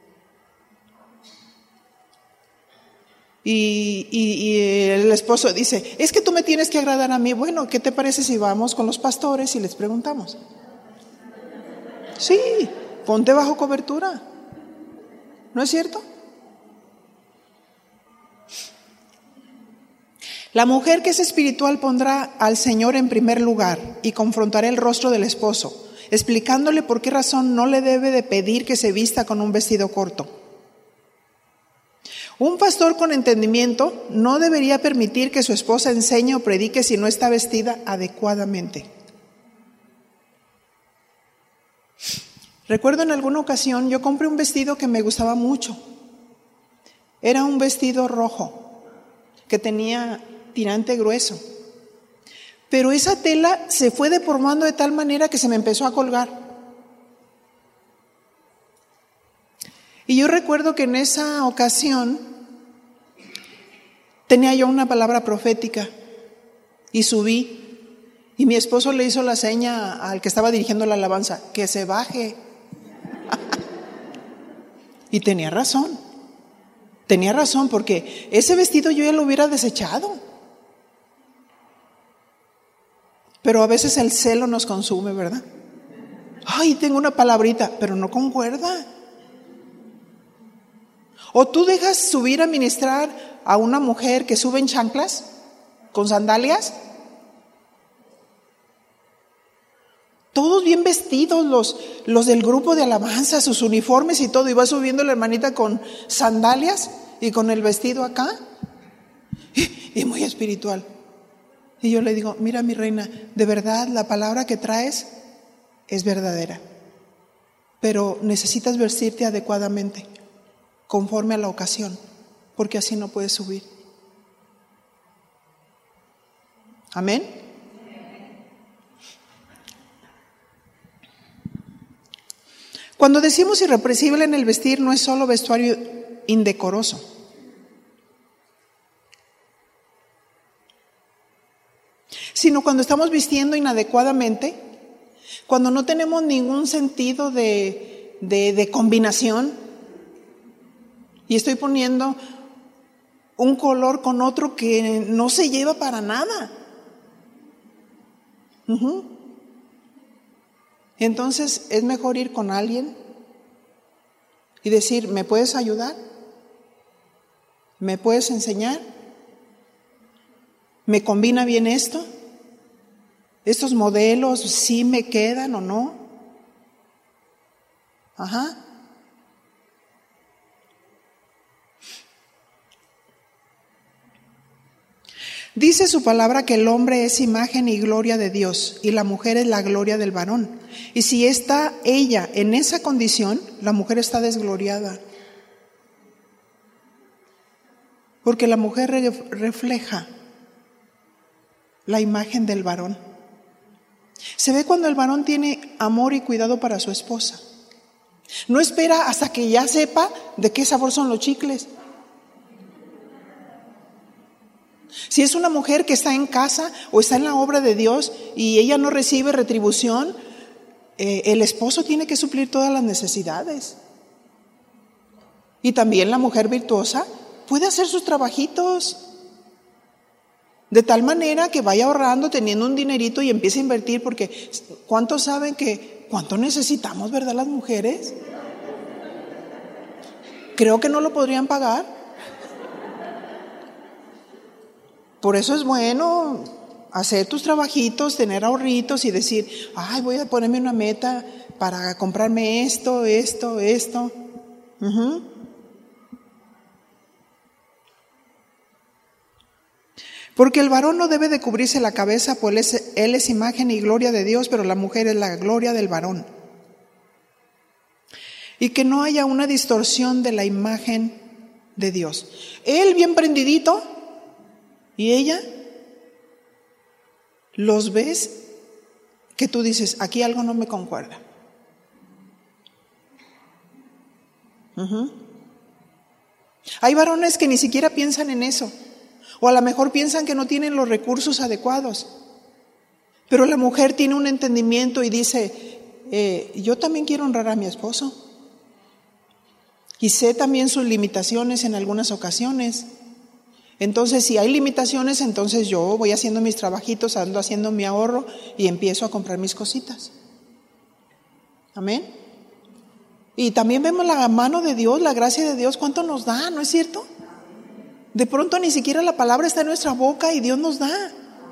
A: Y, y, y el esposo dice, es que tú me tienes que agradar a mí. Bueno, ¿qué te parece si vamos con los pastores y les preguntamos? Sí, ponte bajo cobertura. ¿No es cierto? La mujer que es espiritual pondrá al Señor en primer lugar y confrontará el rostro del esposo, explicándole por qué razón no le debe de pedir que se vista con un vestido corto. Un pastor con entendimiento no debería permitir que su esposa enseñe o predique si no está vestida adecuadamente. Recuerdo en alguna ocasión yo compré un vestido que me gustaba mucho. Era un vestido rojo que tenía tirante grueso, pero esa tela se fue deformando de tal manera que se me empezó a colgar. Y yo recuerdo que en esa ocasión tenía yo una palabra profética y subí y mi esposo le hizo la seña al que estaba dirigiendo la alabanza, que se baje. Y tenía razón, tenía razón porque ese vestido yo ya lo hubiera desechado. Pero a veces el celo nos consume, ¿verdad? Ay, tengo una palabrita, pero no concuerda. O tú dejas subir a ministrar a una mujer que sube en chanclas, con sandalias. Todos bien vestidos, los, los del grupo de alabanza, sus uniformes y todo. Y va subiendo la hermanita con sandalias y con el vestido acá. Y, y muy espiritual. Y yo le digo, mira mi reina, de verdad la palabra que traes es verdadera, pero necesitas vestirte adecuadamente, conforme a la ocasión, porque así no puedes subir. Amén. Cuando decimos irreprensible en el vestir, no es solo vestuario indecoroso. Sino cuando estamos vistiendo inadecuadamente, cuando no tenemos ningún sentido de, de, de combinación, y estoy poniendo un color con otro que no se lleva para nada. Uh-huh. Entonces es mejor ir con alguien y decir, ¿me puedes ayudar? ¿Me puedes enseñar? ¿Me combina bien esto? ¿Estos modelos sí me quedan o no? Ajá. Dice su palabra que el hombre es imagen y gloria de Dios y la mujer es la gloria del varón. Y si está ella en esa condición, la mujer está desgloriada. Porque la mujer refleja la imagen del varón. Se ve cuando el varón tiene amor y cuidado para su esposa. No espera hasta que ya sepa de qué sabor son los chicles. Si es una mujer que está en casa o está en la obra de Dios y ella no recibe retribución, eh, el esposo tiene que suplir todas las necesidades. Y también la mujer virtuosa puede hacer sus trabajitos de tal manera que vaya ahorrando, teniendo un dinerito y empiece a invertir, porque ¿cuántos saben que cuánto necesitamos, verdad, las mujeres? Creo que no lo podrían pagar. Por eso es bueno hacer tus trabajitos, tener ahorritos y decir, ay, voy a ponerme una meta para comprarme esto, esto, esto. Uh-huh. Porque el varón no debe de cubrirse la cabeza, pues él es, él es imagen y gloria de Dios, pero la mujer es la gloria del varón. Y que no haya una distorsión de la imagen de Dios. Él bien prendidito y ella, los ves que tú dices, aquí algo no me concuerda. Uh-huh. Hay varones que ni siquiera piensan en eso, o a lo mejor piensan que no tienen los recursos adecuados, pero la mujer tiene un entendimiento y dice, eh, yo también quiero honrar a mi esposo, y sé también sus limitaciones en algunas ocasiones. Entonces, si hay limitaciones, entonces yo voy haciendo mis trabajitos, ando haciendo mi ahorro y empiezo a comprar mis cositas. Amén. Y también vemos la mano de Dios, la gracia de Dios, cuánto nos da, ¿no es cierto? De pronto ni siquiera la palabra está en nuestra boca y Dios nos da.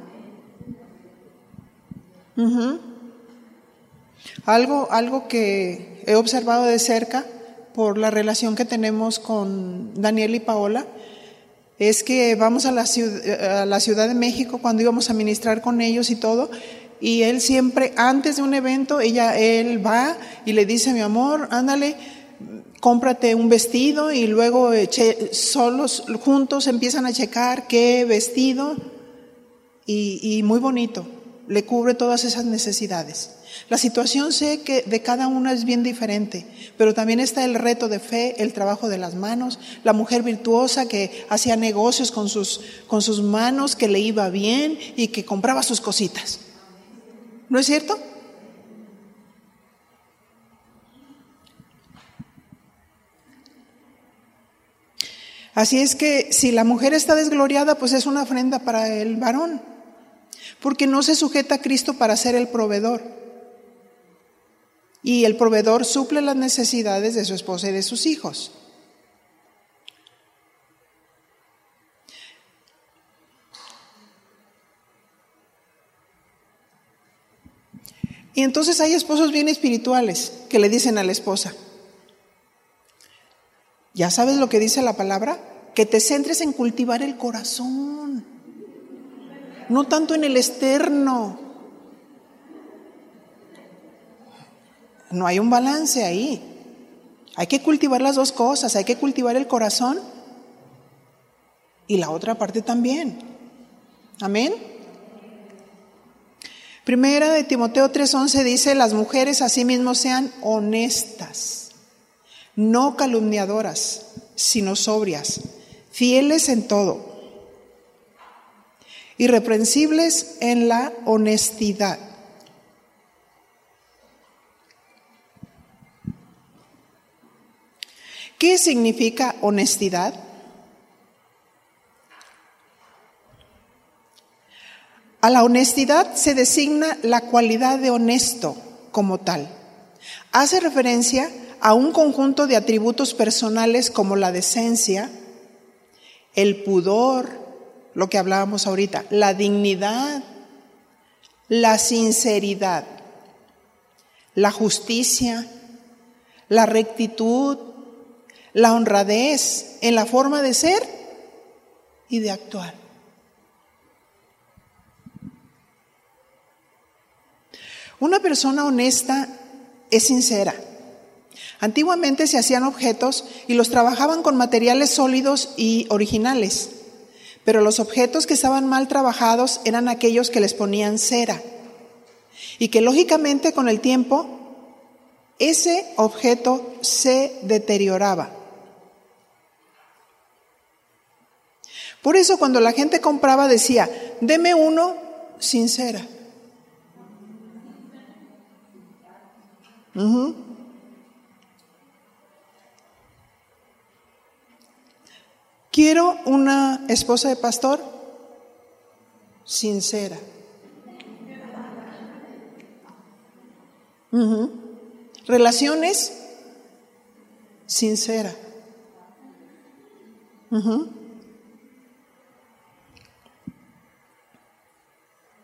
A: Uh-huh. Algo, algo que he observado de cerca por la relación que tenemos con Daniel y Paola, es que vamos a la, ciudad, a la Ciudad de México cuando íbamos a ministrar con ellos y todo, y él siempre, antes de un evento, ella, él va y le dice, mi amor, ándale, cómprate un vestido, y luego che, solos, juntos empiezan a checar qué vestido, y, y muy bonito, le cubre todas esas necesidades. La situación sé que de cada una es bien diferente, pero también está el reto de fe, el trabajo de las manos, la mujer virtuosa que hacía negocios con sus, con sus manos, que le iba bien y que compraba sus cositas. ¿No es cierto? Así es que si la mujer está desgloriada, pues es una ofrenda para el varón, porque no se sujeta a Cristo para ser el proveedor. Y el proveedor suple las necesidades de su esposa y de sus hijos. Y entonces hay esposos bien espirituales que le dicen a la esposa, ¿ya sabes lo que dice la palabra? Que te centres en cultivar el corazón, no tanto en el externo. No hay un balance ahí. Hay que cultivar las dos cosas, hay que cultivar el corazón y la otra parte también. Amén. Primera de Timoteo tres once dice, las mujeres asimismo sean honestas, no calumniadoras, sino sobrias, fieles en todo, irreprensibles en la honestidad. ¿Qué significa honestidad? A la honestidad se designa la cualidad de honesto como tal. Hace referencia a un conjunto de atributos personales como la decencia, el pudor, lo que hablábamos ahorita, la dignidad, la sinceridad, la justicia, la rectitud, la honradez en la forma de ser y de actuar. Una persona honesta es sincera. Antiguamente se hacían objetos y los trabajaban con materiales sólidos y originales, pero los objetos que estaban mal trabajados eran aquellos que les ponían cera y que lógicamente con el tiempo ese objeto se deterioraba. Por eso cuando la gente compraba decía, deme uno sin cera. Uh-huh. Quiero una esposa de pastor sincera. Uh-huh. Relaciones sincera. Uh-huh.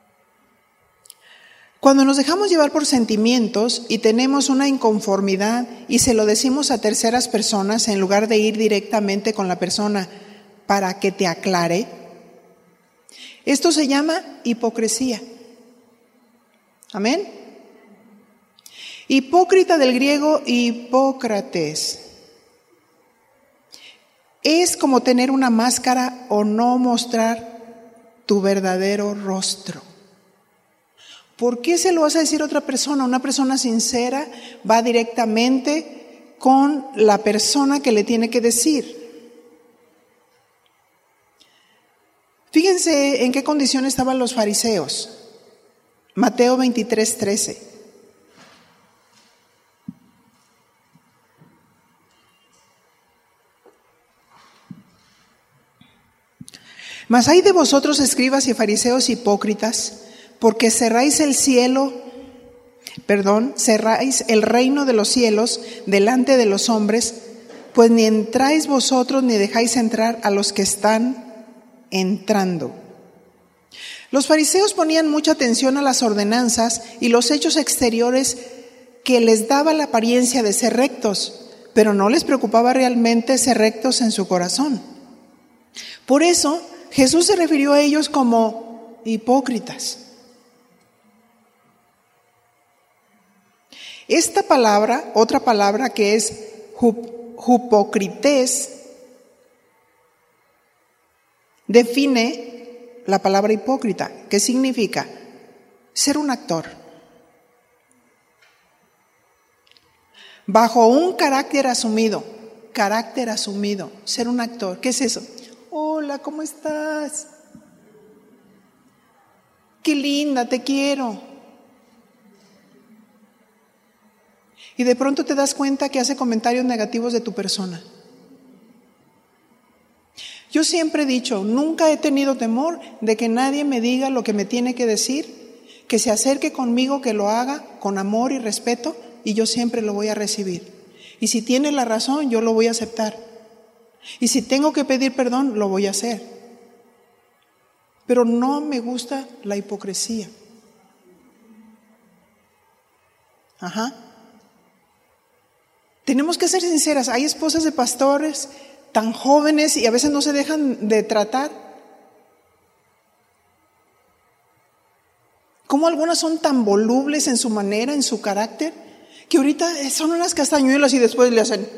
A: Cuando nos dejamos llevar por sentimientos y tenemos una inconformidad y se lo decimos a terceras personas en lugar de ir directamente con la persona para que te aclare, esto se llama hipocresía. Amén. Hipócrita del griego Hipócrates. Es como tener una máscara o no mostrar tu verdadero rostro. ¿Por qué se lo vas a decir a otra persona? Una persona sincera va directamente con la persona que le tiene que decir. Fíjense en qué condición estaban los fariseos. Mateo veintitrés, trece. Mas hay de vosotros, escribas y fariseos hipócritas, porque cerráis el cielo, perdón, cerráis el reino de los cielos delante de los hombres, pues ni entráis vosotros ni dejáis entrar a los que están entrando. Los fariseos ponían mucha atención a las ordenanzas y los hechos exteriores que les daba la apariencia de ser rectos, pero no les preocupaba realmente ser rectos en su corazón. Por eso Jesús se refirió a ellos como hipócritas. Esta palabra, otra palabra que es hupocrités, define la palabra hipócrita, que significa ser un actor. Bajo un carácter asumido, carácter asumido, ser un actor. ¿Qué es eso? Hola, ¿cómo estás? Qué linda, te quiero. Y de pronto te das cuenta que hace comentarios negativos de tu persona. Yo siempre he dicho, nunca he tenido temor de que nadie me diga lo que me tiene que decir, que se acerque conmigo, que lo haga con amor y respeto, y yo siempre lo voy a recibir. Y si tiene la razón, yo lo voy a aceptar. Y si tengo que pedir perdón, lo voy a hacer. Pero no me gusta la hipocresía. Ajá. Tenemos que ser sinceras. Hay esposas de pastores tan jóvenes y a veces no se dejan de tratar. ¿Cómo algunas son tan volubles en su manera, en su carácter, que ahorita son unas castañuelas y después le hacen?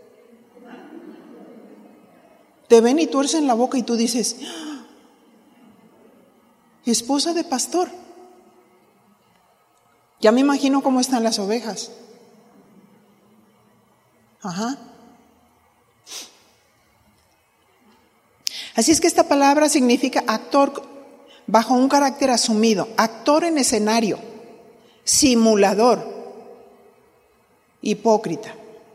A: Te ven y tuercen la boca y tú dices, ¡ah! Esposa de pastor. Ya me imagino cómo están las ovejas. Ajá. Así es que esta palabra significa actor bajo un carácter asumido, actor en escenario, simulador, hipócrita.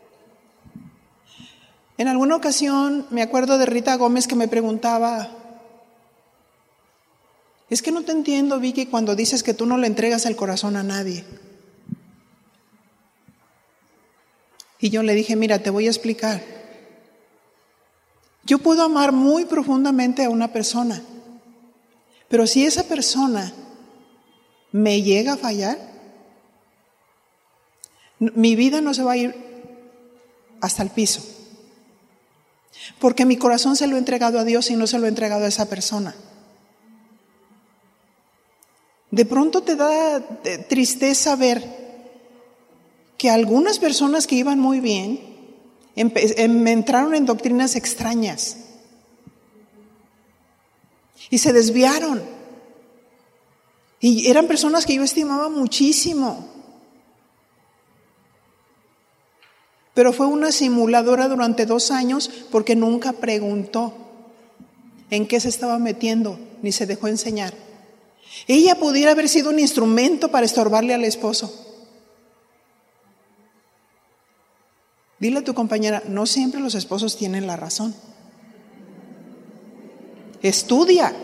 A: En alguna ocasión me acuerdo de Rita Gómez que me preguntaba, es que no te entiendo, Vicky, cuando dices que tú no le entregas el corazón a nadie. Y yo le dije, mira, te voy a explicar. Yo puedo amar muy profundamente a una persona, pero si esa persona me llega a fallar, mi vida no se va a ir hasta el piso, porque mi corazón se lo he entregado a Dios y no se lo he entregado a esa persona. De pronto te da tristeza ver que algunas personas que iban muy bien empe- entraron en doctrinas extrañas y se desviaron. Y eran personas que yo estimaba muchísimo. Pero fue una simuladora durante dos años porque nunca preguntó en qué se estaba metiendo, ni se dejó enseñar. Ella pudiera haber sido un instrumento para estorbarle al esposo. Dile a tu compañera, no siempre los esposos tienen la razón. Estudia.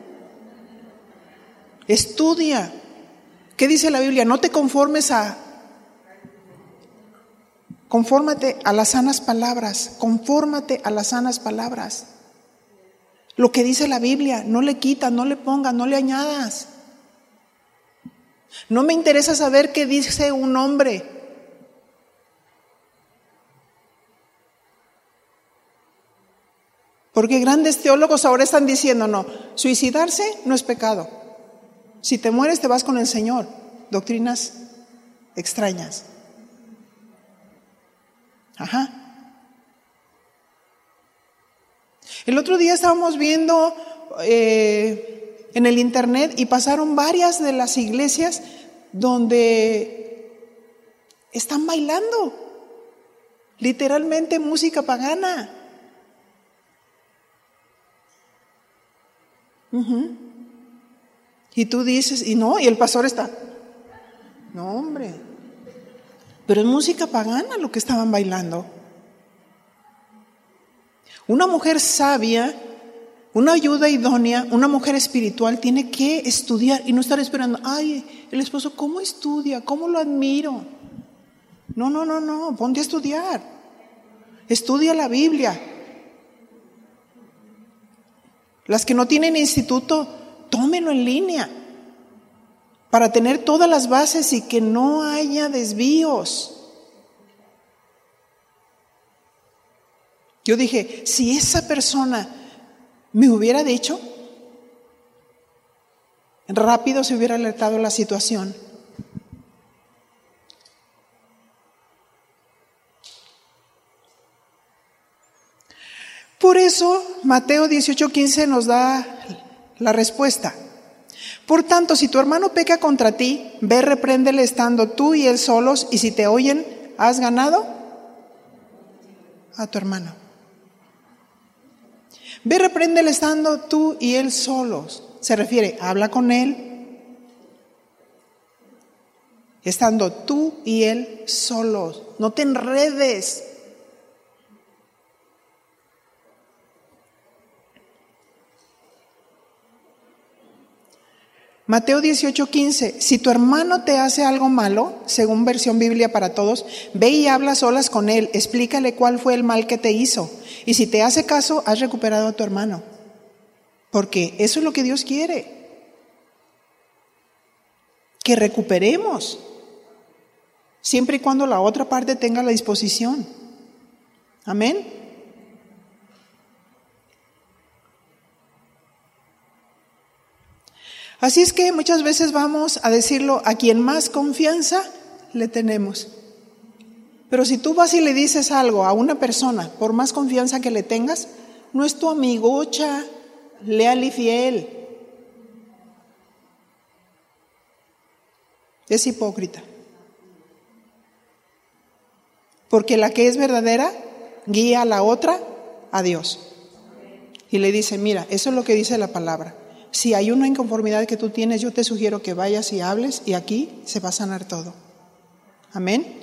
A: Estudia. ¿Qué dice la Biblia? No te conformes a... Confórmate a las sanas palabras. Confórmate a las sanas palabras. Lo que dice la Biblia, no le quitas, no le pongas, no le añadas. No me interesa saber qué dice un hombre. Porque grandes teólogos ahora están diciendo, no, suicidarse no es pecado. Si te mueres te vas con el Señor. Doctrinas extrañas. Ajá. El otro día estábamos viendo eh, en el internet y pasaron varias de las iglesias donde están bailando. Literalmente música pagana. Uh-huh. Y tú dices, y no, y el pastor está, no hombre, pero es música pagana lo que estaban bailando. Una mujer sabia, una ayuda idónea, una mujer espiritual tiene que estudiar y no estar esperando, ay, el esposo, ¿cómo estudia? ¿Cómo lo admiro? No, no, no, no, ponte a estudiar. Estudia la Biblia. Las que no tienen instituto, tómenlo en línea para tener todas las bases y que no haya desvíos. Yo dije, si esa persona me hubiera dicho, rápido se hubiera alertado la situación. Por eso Mateo dieciocho quince nos da la respuesta. Por tanto, si tu hermano peca contra ti, ve, repréndele estando tú y él solos, y si te oyen, ¿has ganado a tu hermano? Ve, repréndele estando tú y él solos. Se refiere, habla con él, estando tú y él solos. No te enredes. Mateo dieciocho quince, si tu hermano te hace algo malo, según versión Biblia para todos, ve y habla solas con él, explícale cuál fue el mal que te hizo. Y si te hace caso, has recuperado a tu hermano. Porque eso es lo que Dios quiere. Que recuperemos. Siempre y cuando la otra parte tenga la disposición. Amén. Así es que muchas veces vamos a decirlo a quien más confianza le tenemos. Pero si tú vas y le dices algo a una persona, por más confianza que le tengas, no es tu amigocha, leal y fiel. Es hipócrita. Porque la que es verdadera guía a la otra a Dios. Y le dice, mira, eso es lo que dice la palabra. Si hay una inconformidad que tú tienes, yo te sugiero que vayas y hables y aquí se va a sanar todo. Amén.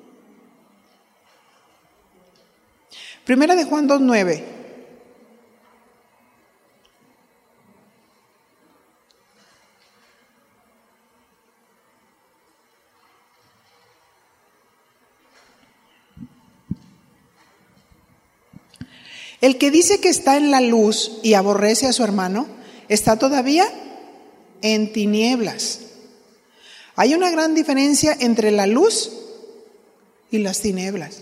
A: Primera de Juan dos nueve. El que dice que está en la luz y aborrece a su hermano, está todavía en tinieblas. Hay una gran diferencia entre la luz y las tinieblas.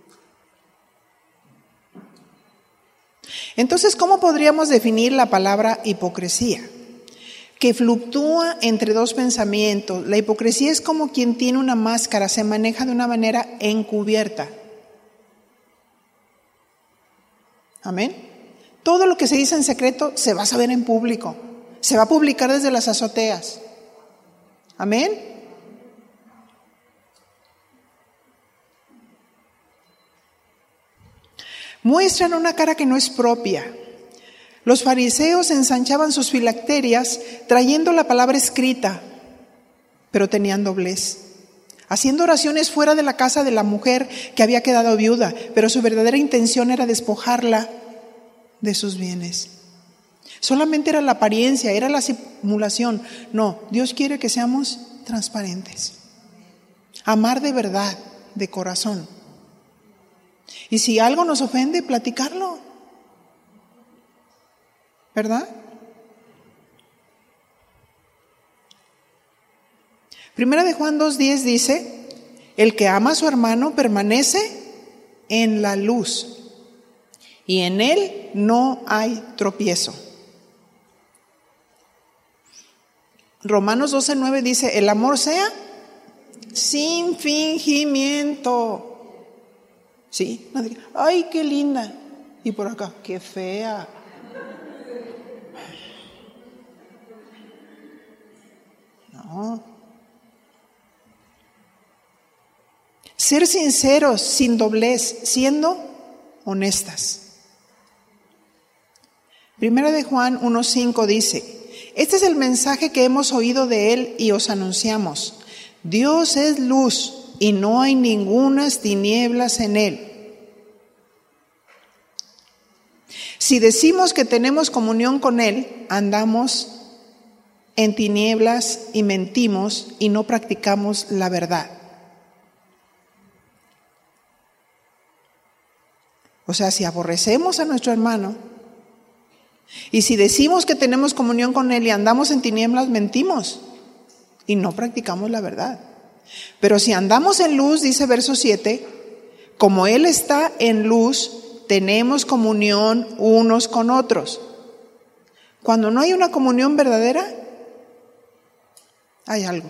A: Entonces, ¿cómo podríamos definir la palabra hipocresía? Que fluctúa entre dos pensamientos. La hipocresía es como quien tiene una máscara, se maneja de una manera encubierta. Amén. Todo lo que se dice en secreto se va a saber en público. Se va a publicar desde las azoteas. Amén. Muestran una cara que no es propia. Los fariseos ensanchaban sus filacterias trayendo la palabra escrita, pero tenían doblez. Haciendo oraciones fuera de la casa de la mujer que había quedado viuda, pero su verdadera intención era despojarla de sus bienes. Solamente era la apariencia, era la simulación. No, Dios quiere que seamos transparentes. Amar de verdad, de corazón. Y si algo nos ofende, platicarlo. ¿Verdad? Primera de Juan dos diez dice, el que ama a su hermano permanece en la luz y en él no hay tropiezo. Romanos doce nueve dice, el amor sea sin fingimiento. ¿Sí? Ay, qué linda. Y por acá, qué fea. No. Ser sinceros, sin doblez, siendo honestas. Primera de Juan uno cinco dice, este es el mensaje que hemos oído de él y os anunciamos. Dios es luz y no hay ningunas tinieblas en él. Si decimos que tenemos comunión con él, andamos en tinieblas y mentimos y no practicamos la verdad. O sea, si aborrecemos a nuestro hermano y si decimos que tenemos comunión con él y andamos en tinieblas, mentimos y no practicamos la verdad. Pero si andamos en luz, dice verso siete, como él está en luz, tenemos comunión unos con otros. Cuando no hay una comunión verdadera, hay algo.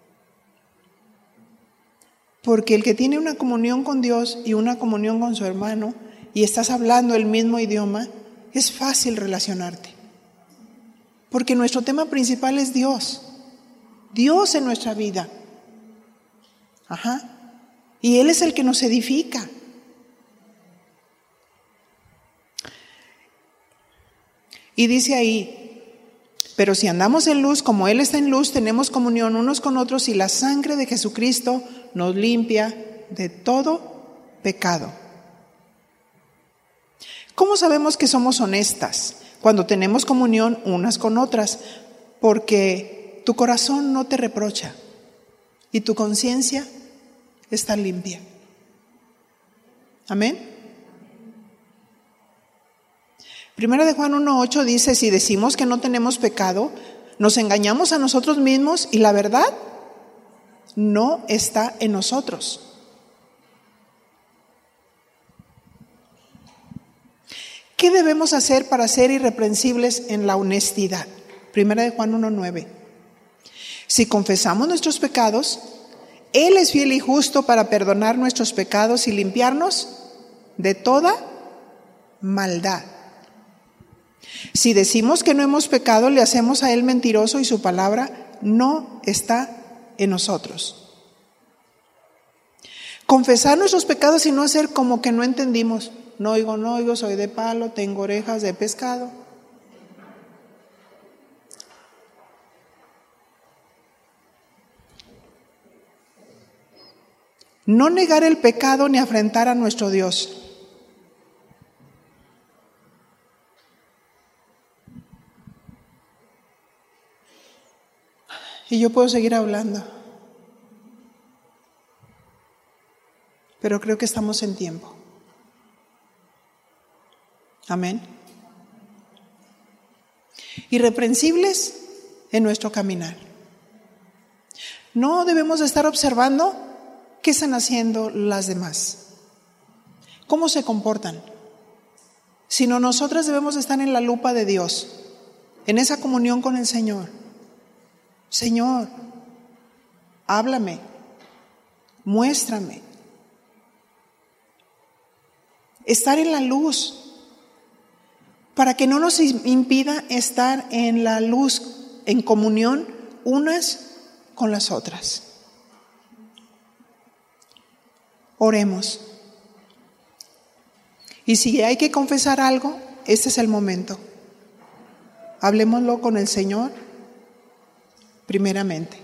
A: Porque el que tiene una comunión con Dios y una comunión con su hermano, y estás hablando el mismo idioma, es fácil relacionarte. Porque nuestro tema principal es Dios. Dios en nuestra vida. Ajá. Y Él es el que nos edifica. Y dice ahí, pero si andamos en luz, como Él está en luz, tenemos comunión unos con otros y la sangre de Jesucristo nos limpia de todo pecado. ¿Cómo sabemos que somos honestas? Cuando tenemos comunión unas con otras, porque tu corazón no te reprocha y tu conciencia está limpia. Amén. Primera de Juan uno ocho dice, si decimos que no tenemos pecado, nos engañamos a nosotros mismos y la verdad no está en nosotros. ¿Qué debemos hacer para ser irreprensibles en la honestidad? Primera de Juan uno nueve. Si confesamos nuestros pecados, Él es fiel y justo para perdonar nuestros pecados y limpiarnos de toda maldad. Si decimos que no hemos pecado, le hacemos a Él mentiroso y su palabra no está en nosotros. Confesar nuestros pecados y no hacer como que no entendimos. No oigo, no oigo, soy de palo, tengo orejas de pescado. No negar el pecado ni afrentar a nuestro Dios. Y yo puedo seguir hablando, pero creo que estamos en tiempo. Amén. Irreprensibles en nuestro caminar. No debemos estar observando qué están haciendo las demás, cómo se comportan, sino nosotras debemos estar en la lupa de Dios, en esa comunión con el Señor. Señor, háblame, muéstrame. Estar en la luz, para que no nos impida estar en la luz, en comunión unas con las otras. Oremos. Y si hay que confesar algo, este es el momento. Hablémoslo con el Señor primeramente.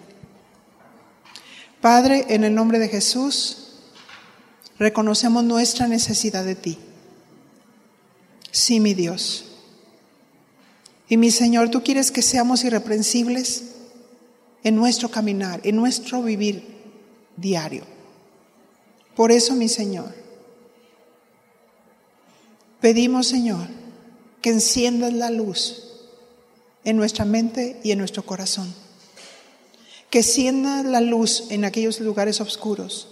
A: Padre, en el nombre de Jesús, reconocemos nuestra necesidad de ti. Sí, mi Dios. Y mi Señor, tú quieres que seamos irreprensibles en nuestro caminar, en nuestro vivir diario. Por eso, mi Señor, pedimos, Señor, que enciendas la luz en nuestra mente y en nuestro corazón. que encienda la luz en aquellos lugares oscuros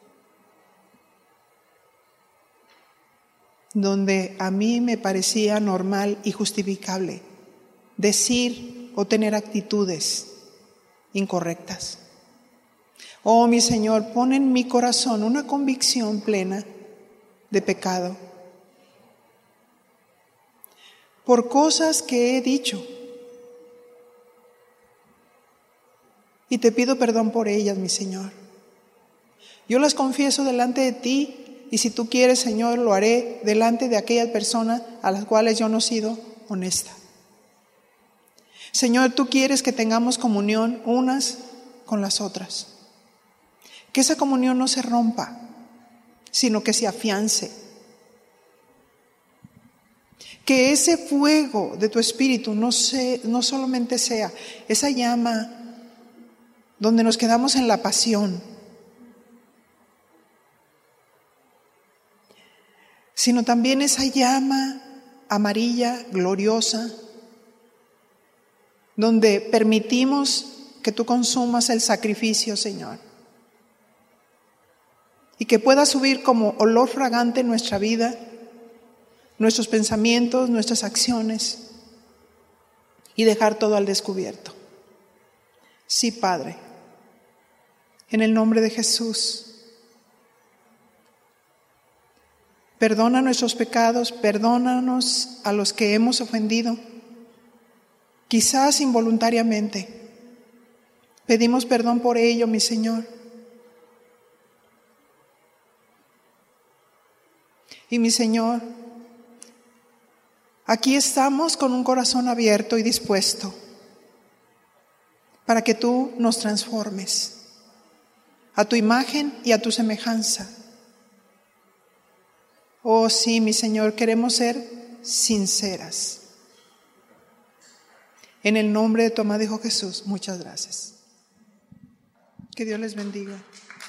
A: donde a mí me parecía normal y justificable decir o tener actitudes incorrectas. Oh, mi Señor, pon en mi corazón una convicción plena de pecado por cosas que he dicho, y te pido perdón por ellas, mi Señor. Yo las confieso delante de ti, y si tú quieres, Señor, lo haré delante de aquellas personas a las cuales yo no he sido honesta. Señor, tú quieres que tengamos comunión unas con las otras, que esa comunión no se rompa, sino que se afiance, que ese fuego de tu Espíritu no, se, no solamente sea esa llama donde nos quedamos en la pasión, sino también esa llama amarilla, gloriosa, donde permitimos que tú consumas el sacrificio, Señor, y que pueda subir como olor fragante en nuestra vida, nuestros pensamientos, nuestras acciones, y dejar todo al descubierto. Sí, Padre, en el nombre de Jesús, perdona nuestros pecados, perdónanos a los que hemos ofendido, quizás involuntariamente. Pedimos perdón por ello, mi Señor. Y mi Señor, aquí estamos con un corazón abierto y dispuesto para que tú nos transformes a tu imagen y a tu semejanza. Oh sí, mi Señor, queremos ser sinceras. En el nombre de tu amado Hijo Jesús, muchas gracias. Que Dios les bendiga.